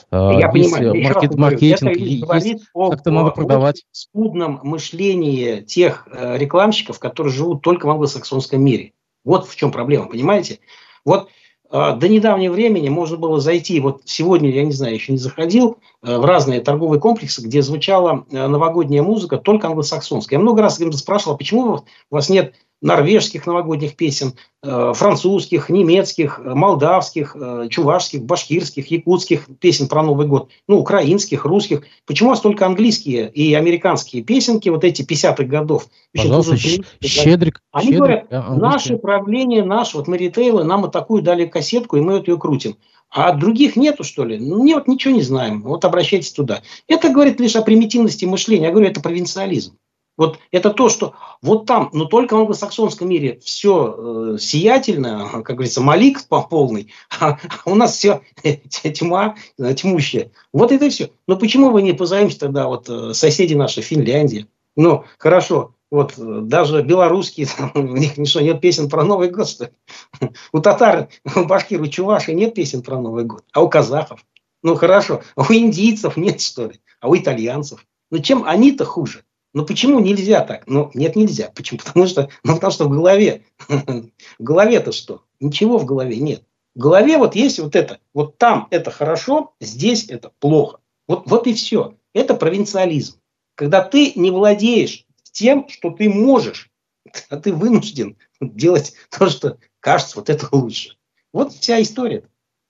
Я есть понимаю, маркет, маркетинг, есть, как-то надо продавать. О скудном мышлении тех э, рекламщиков, которые живут только в англосаксонском мире. Вот в чем проблема, понимаете? Вот э, до недавнего времени можно было зайти, вот сегодня, я не знаю, еще не заходил, э, в разные торговые комплексы, где звучала э, новогодняя музыка только англосаксонская. Я много раз спрашивал, почему у вас нет норвежских новогодних песен, э, французских, немецких, молдавских, э, чувашских, башкирских, якутских песен про Новый год, ну, украинских, русских. Почему у вас только английские и американские песенки, вот эти пятидесятых годов? Пожалуйста, Очень, щедрик. Они щедрик, говорят, да, наше правление, наш, вот мы ритейлы, нам вот такую дали кассетку, и мы вот ее крутим. А других нету, что ли? Ну, нет, ничего не знаем. Вот обращайтесь туда. Это говорит лишь о примитивности мышления. Я говорю, это провинциализм. Вот это то, что вот там, но только в англосаксонском мире все э, сиятельно, как говорится, Малик по полной, а у нас все тьма, тьмущая. Вот это и все. Но почему вы не позовемся тогда вот соседи наши, Финляндия? Ну, хорошо, вот даже белорусские, там, у них ничего, нет песен про Новый год, что ли? У татар, у башкир, у чувашей нет песен про Новый год, а у казахов? Ну, хорошо, а у индийцев нет, что ли? А у итальянцев? Ну, чем они-то хуже? Ну, почему нельзя так? Ну, нет, нельзя. Почему? Потому что, ну, потому что в голове. В голове-то что? Ничего в голове нет. В голове вот есть вот это. Вот там это хорошо, здесь это плохо. Вот, вот и все. Это провинциализм. Когда ты не владеешь тем, что ты можешь, а ты вынужден делать то, что кажется, вот это лучше. Вот вся история.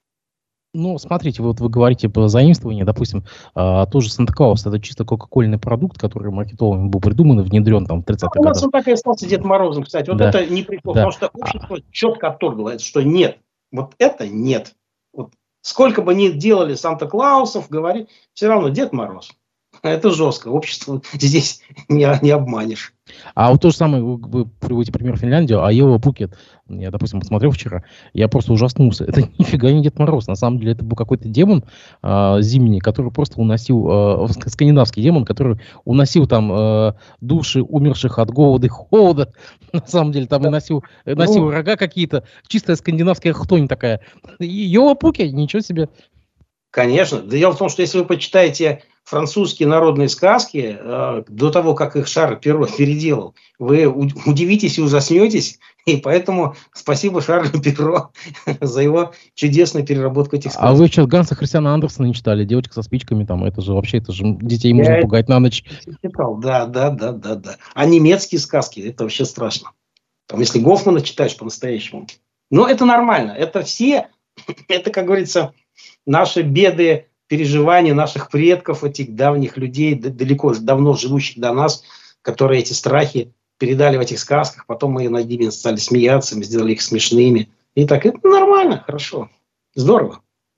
Ну, смотрите, вот вы говорите про заимствование, допустим, а, тоже Санта-Клаус, это чисто кока-кольный продукт, который маркетологами был придуман и внедрен там в тридцатых годах. У нас он так и остался Дед Морозом, кстати. Вот да. Это не прикол, да. Потому что общество четко отторгло, что нет. Вот это нет. Вот сколько бы ни делали Санта-Клаусов, говорит, все равно Дед Мороз. Это жестко. Общество здесь не, не обманешь. А вот то же самое, вы, вы приводите пример Финляндию, а Йеллоу Пукет, я, допустим, посмотрел вчера, я просто ужаснулся. Это нифига не Дед Мороз. На самом деле это был какой-то демон э, зимний, который просто уносил, э, скандинавский демон, который уносил там э, души умерших от голода и холода. На самом деле там и носил, носил ну, рога какие-то. Чистая скандинавская хтонь такая. И Йеллоу Пукет, ничего себе. Конечно. Дело в том, что если вы почитаете французские народные сказки, э, до того, как их Шарль Перро переделал, вы удивитесь и ужаснетесь. И поэтому спасибо Шарлю Перро за его чудесную переработку этих сказок. А вы что, Ганса Христиана Андерсена не читали? Девочка со спичками, там, это же вообще, это же детей можно Я пугать на ночь. Читал, да, да, да, да, да. А немецкие сказки, это вообще страшно. Там, если Гофмана читаешь по-настоящему. Но это нормально. Это все, это, как говорится, наши беды, переживания наших предков, этих давних людей, далеко, давно живущих до нас, которые эти страхи передали в этих сказках, потом мы над ними стали смеяться, мы сделали их смешными. И так, это нормально, хорошо, здорово.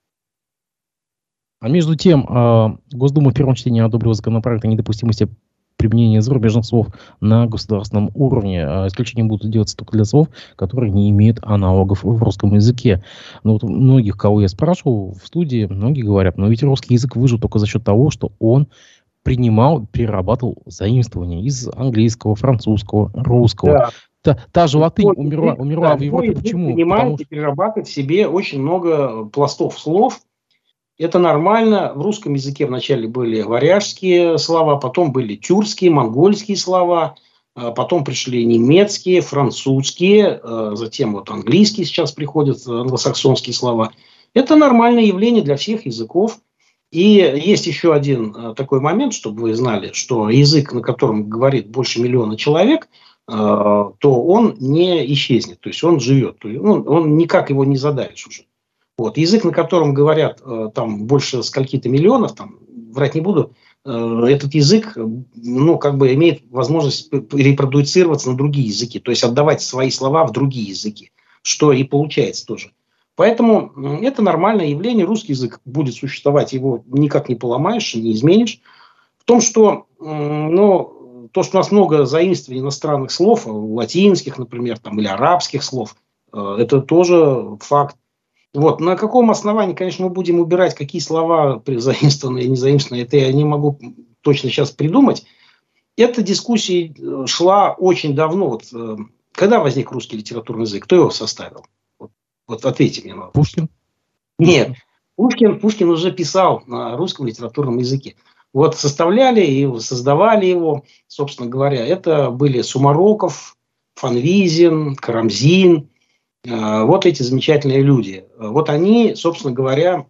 А между тем, Госдума в первом чтении одобрила законопроект о недопустимости применения зарубежных слов на государственном уровне. Исключения будут делаться только для слов, которые не имеют аналогов в русском языке. Но вот многих, кого я спрашивал в студии, многие говорят, но ведь русский язык выжил только за счет того, что он принимал, перерабатывал заимствования из английского, французского, русского. Да. Та, та же латынь умерла, язык, умерла да, в Европе. Почему? принимает Потому и что... перерабатывает в себе очень много пластов слов. Это нормально. В русском языке вначале были варяжские слова, потом были тюркские, монгольские слова, потом пришли немецкие, французские, затем вот английские сейчас приходят, англосаксонские слова. Это нормальное явление для всех языков. И есть еще один такой момент, чтобы вы знали, что язык, на котором говорит больше миллиона человек, то он не исчезнет, то есть он живет, он, он никак его не задавишь уже. Вот. Язык, на котором говорят там больше скольки-то миллионов, там, врать не буду, этот язык, ну, как бы имеет возможность репродуцироваться на другие языки, то есть отдавать свои слова в другие языки, что и получается тоже. Поэтому это нормальное явление, русский язык будет существовать, его никак не поломаешь, не изменишь. В том, что, ну, то, что у нас много заимствований иностранных слов, латинских, например, там, или арабских слов, это тоже факт. Вот. На каком основании, конечно, мы будем убирать, какие слова заимствованные и не заимствованные, это я не могу точно сейчас придумать. Эта дискуссия шла очень давно. Вот, когда возник русский литературный язык? Кто его составил? Вот, вот ответьте мне на вопрос. Пушкин? Нет. Пушкин, Пушкин уже писал на русском литературном языке. Вот составляли его, создавали его, собственно говоря, это были Сумароков, Фанвизин, Карамзин. Вот эти замечательные люди. Вот они, собственно говоря,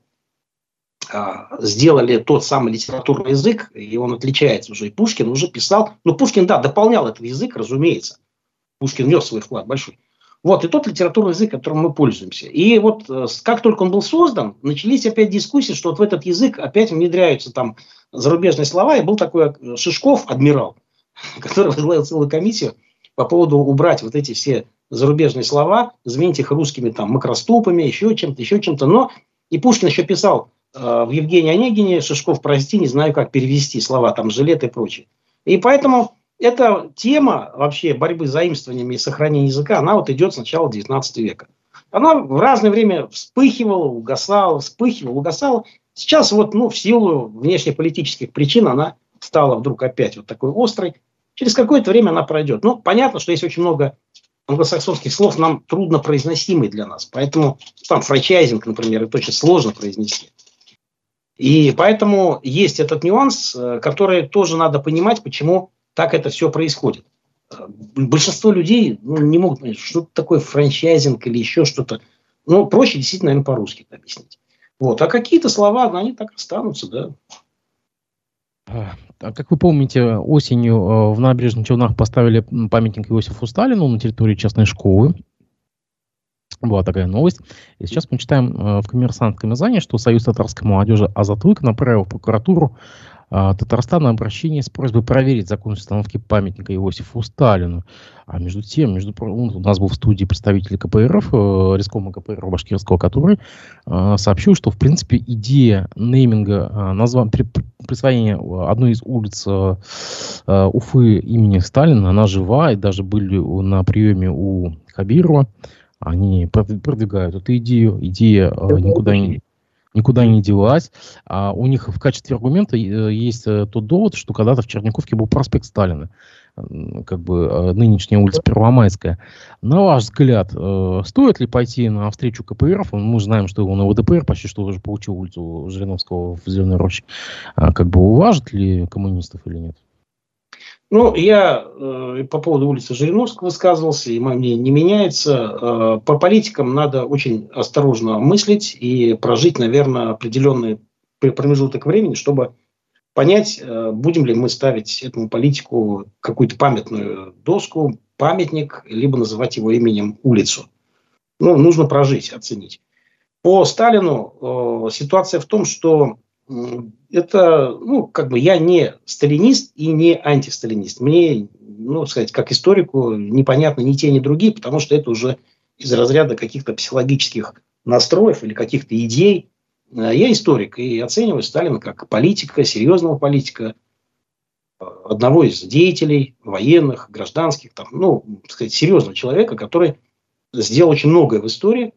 сделали тот самый литературный язык, и он отличается уже. И Пушкин уже писал, ну Пушкин, да, дополнял этот язык, разумеется. Пушкин внес свой вклад большой. Вот, и тот литературный язык, которым мы пользуемся. И вот как только он был создан, начались опять дискуссии, что вот в этот язык опять внедряются там зарубежные слова. И был такой Шишков, адмирал, который возглавил целую комиссию по поводу убрать вот эти все зарубежные слова, заменить их русскими там макроступами, еще чем-то, еще чем-то. Но и Пушкин еще писал э, в Евгении Онегине: Шишков, прости, не знаю, как перевести слова, там, жилет и прочее. И поэтому эта тема вообще борьбы с заимствованиями и сохранения языка, она вот идет с начала девятнадцатого века. Она в разное время вспыхивала, угасала, вспыхивала, угасала. Сейчас вот, ну, в силу внешнеполитических причин она стала вдруг опять вот такой острой. Через какое-то время она пройдет. Ну, понятно, что есть очень много англосаксонских слов, нам трудно произносимые для нас. Поэтому там франчайзинг, например, это очень сложно произнести. И поэтому есть этот нюанс, который тоже надо понимать, почему так это все происходит. Большинство людей, ну, не могут понять, что такое франчайзинг или еще что-то. Ну, проще действительно, наверное, по-русски это объяснить. Вот. А какие-то слова, ну, они так останутся, да. Как вы помните, осенью в Набережных Челнах поставили памятник Иосифу Сталину на территории частной школы. Была такая новость. И сейчас мы читаем в «Коммерсантском» издании, что Союз татарской молодежи «Азатык» направил в прокуратуру Татарстана обращение с просьбой проверить законность установки памятника Иосифу Сталину. А между тем, между, у нас был в студии представитель ка пэ эр эф, Рискома ка пэ эр Башкирского, который э, сообщил, что, в принципе, идея нейминга, э, назва, при, присвоения одной из улиц э, э, Уфы имени Сталина, она жива, и даже были на приеме у Хабирова. Они продвигают эту идею. Идея э, никуда не... никуда не делась. А у них в качестве аргумента есть тот довод, что когда-то в Черняковке был проспект Сталина, как бы нынешняя улица Первомайская. На ваш взгляд, стоит ли пойти на встречу ка пэ эр эф? Мы знаем, что его на вэ дэ пэ эр почти что уже получил улицу Жириновского в Зеленой Роще. Как бы уважат ли коммунистов или нет? Ну, я э, по поводу улицы Жириновского высказывался, и мое мнение не меняется. Э, по политикам надо очень осторожно мыслить и прожить, наверное, определенный промежуток времени, чтобы понять, э, будем ли мы ставить этому политику какую-то памятную доску, памятник, либо называть его именем улицу. Ну, нужно прожить, оценить. По Сталину э, ситуация в том, что это, ну, как бы я не сталинист и не антисталинист. Мне, ну, сказать, как историку непонятно ни те, ни другие, потому что это уже из разряда каких-то психологических настроев или каких-то идей. Я историк и оцениваю Сталина как политика, серьезного политика, одного из деятелей военных, гражданских, там, ну, так сказать, серьезного человека, который сделал очень многое в истории.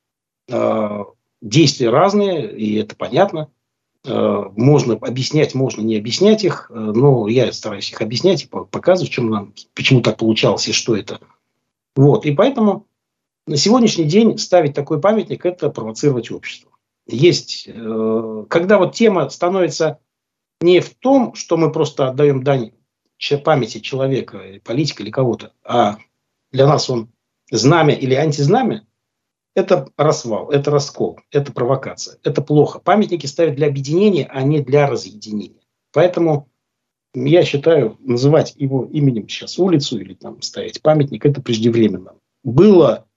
Действия разные, и это понятно. Можно объяснять, можно не объяснять их, но я стараюсь их объяснять и показывать, в чем нам, почему так получалось и что это. Вот. И поэтому на сегодняшний день ставить такой памятник – это провоцировать общество. Есть, э, когда вот тема становится не в том, что мы просто отдаем дань памяти человека, политика или кого-то, а для нас он знамя или антизнамя, это рассвал, это раскол, это провокация, это плохо. Памятники ставят для объединения, а не для разъединения. Поэтому я считаю, называть его именем сейчас улицу или там ставить памятник, это преждевременно. Было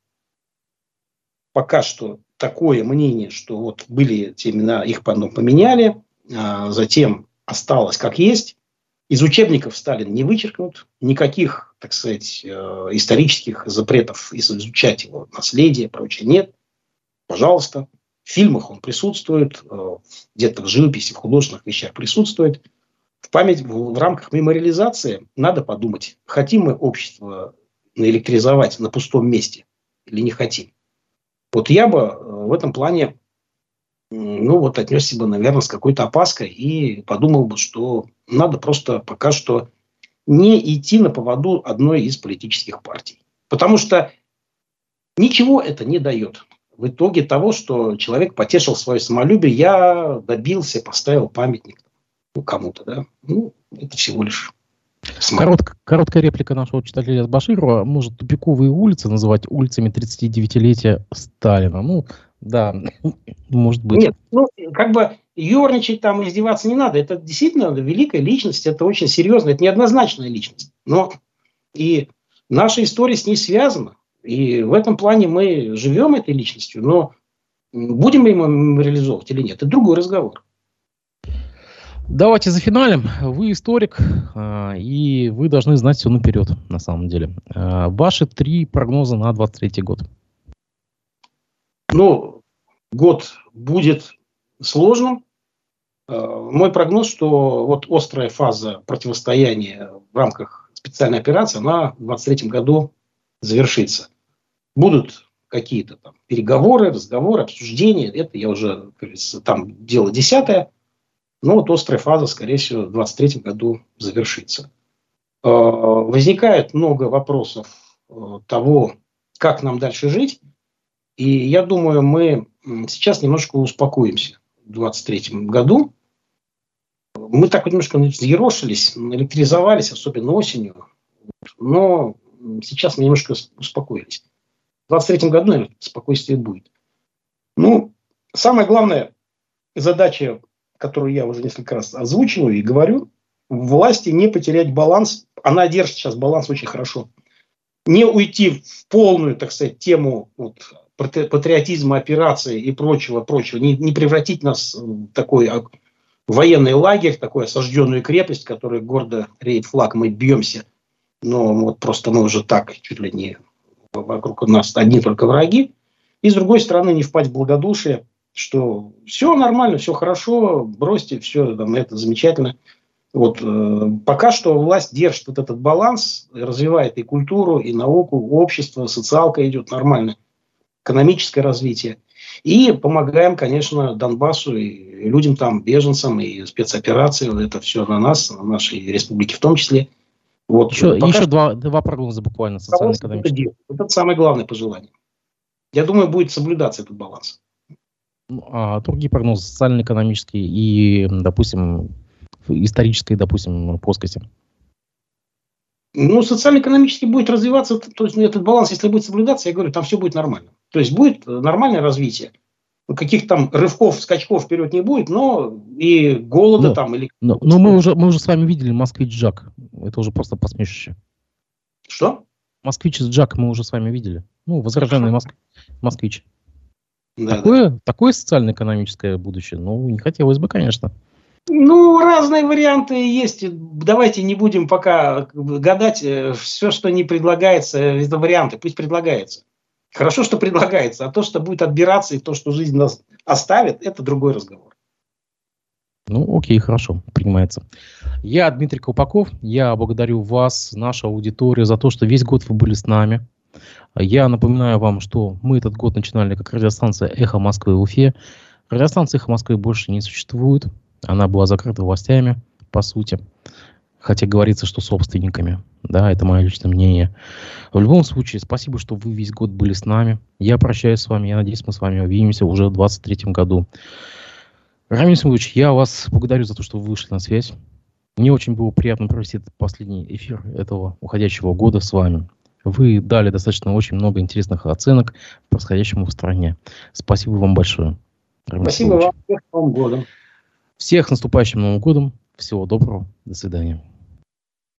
пока что такое мнение, что вот были те имена, их потом поменяли, а затем осталось как есть. Из учебников Сталин не вычеркнут, никаких, так сказать, исторических запретов изучать его наследие и прочее нет. Пожалуйста. В фильмах он присутствует, где-то в живописи, в художественных вещах присутствует. В память, в, в рамках мемориализации надо подумать, хотим мы общество наэлектризовать на пустом месте или не хотим. Вот я бы в этом плане, ну вот, отнесся бы, наверное, с какой-то опаской и подумал бы, что надо просто пока что не идти на поводу одной из политических партий. Потому что ничего это не дает. В итоге того, что человек потешил свое самолюбие, я добился, поставил памятник ну, кому-то, да. Ну, это всего лишь... Коротк, короткая реплика нашего читателя Баширова. Может, тупиковые улицы называть улицами тридцатидевятилетия Сталина? Ну, да, может быть. Нет, ну, как бы ерничать там, издеваться не надо. Это действительно великая личность, это очень серьезно, это неоднозначная личность. Но и наша история с ней связана. И в этом плане мы живем этой личностью, но будем ли мы реализовывать или нет, это другой разговор. Давайте зафиналим. Вы историк, и вы должны знать все наперед, на самом деле. Ваши три прогноза на двадцать третий год. Ну, год будет сложным. Мой прогноз, что вот острая фаза противостояния в рамках специальной операции, она в двадцать третьем году завершится. Будут какие-то там переговоры, разговоры, обсуждения. Это я уже, как говорится, там дело десятое. Но вот острая фаза, скорее всего, в двадцать третьем году завершится. Возникает много вопросов того, как нам дальше жить. И я думаю, мы сейчас немножко успокоимся в двадцать третьем году. Мы так вот немножко взъерошились, электризовались, особенно осенью. Но сейчас мы немножко успокоились. В двадцать третьем году, наверное, спокойствие будет. Ну, самая главная задача, которую я уже несколько раз озвучиваю и говорю, власти не потерять баланс. Она держит сейчас баланс очень хорошо. Не уйти в полную, так сказать, тему вот, патриотизма, операции и прочего, прочего. Не, не превратить нас в такой военный лагерь, такую осажденную крепость, которая гордо реет флаг, мы бьемся. Но вот просто мы уже так, чуть ли не вокруг нас одни только враги. И с другой стороны, не впасть в благодушие, что все нормально, все хорошо, бросьте, все там, это замечательно. Вот, э, пока что власть держит вот этот баланс, развивает и культуру, и науку, общество, социалка идет нормально, экономическое развитие. И помогаем, конечно, Донбассу и людям там, беженцам, и спецоперации. Это все на нас, на нашей республике в том числе. Вот, еще еще что... два, два прогноза буквально социально-экономические. Это, это самое главное пожелание. Я думаю, будет соблюдаться этот баланс. А другие прогнозы социально-экономические и, допустим, исторической, допустим, плоскости? Ну, социально-экономически будет развиваться, то есть этот баланс, если будет соблюдаться, я говорю, там все будет нормально. То есть будет нормальное развитие. Каких-то там рывков, скачков вперед не будет, но и голода но, там. Или... Но, но мы, уже, мы уже с вами видели «Москвич Джак». Это уже просто посмешище. Что? «Москвич Джак» мы уже с вами видели. Ну, возрожденный моск... «Москвич». Да, такое, да. такое социально-экономическое будущее, ну, не хотелось бы, конечно. Ну, разные варианты есть. Давайте не будем пока гадать. Все, что не предлагается, это варианты. Пусть предлагается. Хорошо, что предлагается. А то, что будет отбираться, и то, что жизнь нас оставит, это другой разговор. Ну, окей, хорошо, принимается. Я Дмитрий Колпаков. Я благодарю вас, нашу аудиторию, за то, что весь год вы были с нами. Я напоминаю вам, что мы этот год начинали как радиостанция «Эхо Москвы» в Уфе. Радиостанция «Эхо Москвы» больше не существует. Она была закрыта властями, по сути. хотя говорится, что собственниками. Да, это мое личное мнение. В любом случае, спасибо, что вы весь год были с нами. Я прощаюсь с вами. Я надеюсь, мы с вами увидимся уже в двадцать третьем году. Рамиль Исмаилович, я вас благодарю за то, что вы вышли на связь. Мне очень было приятно провести этот последний эфир этого уходящего года с вами. Вы дали достаточно очень много интересных оценок происходящему в стране. Спасибо вам большое. Спасибо вам. Всех с Новым годом. Всех с наступающим Новым годом. Всего доброго. До свидания.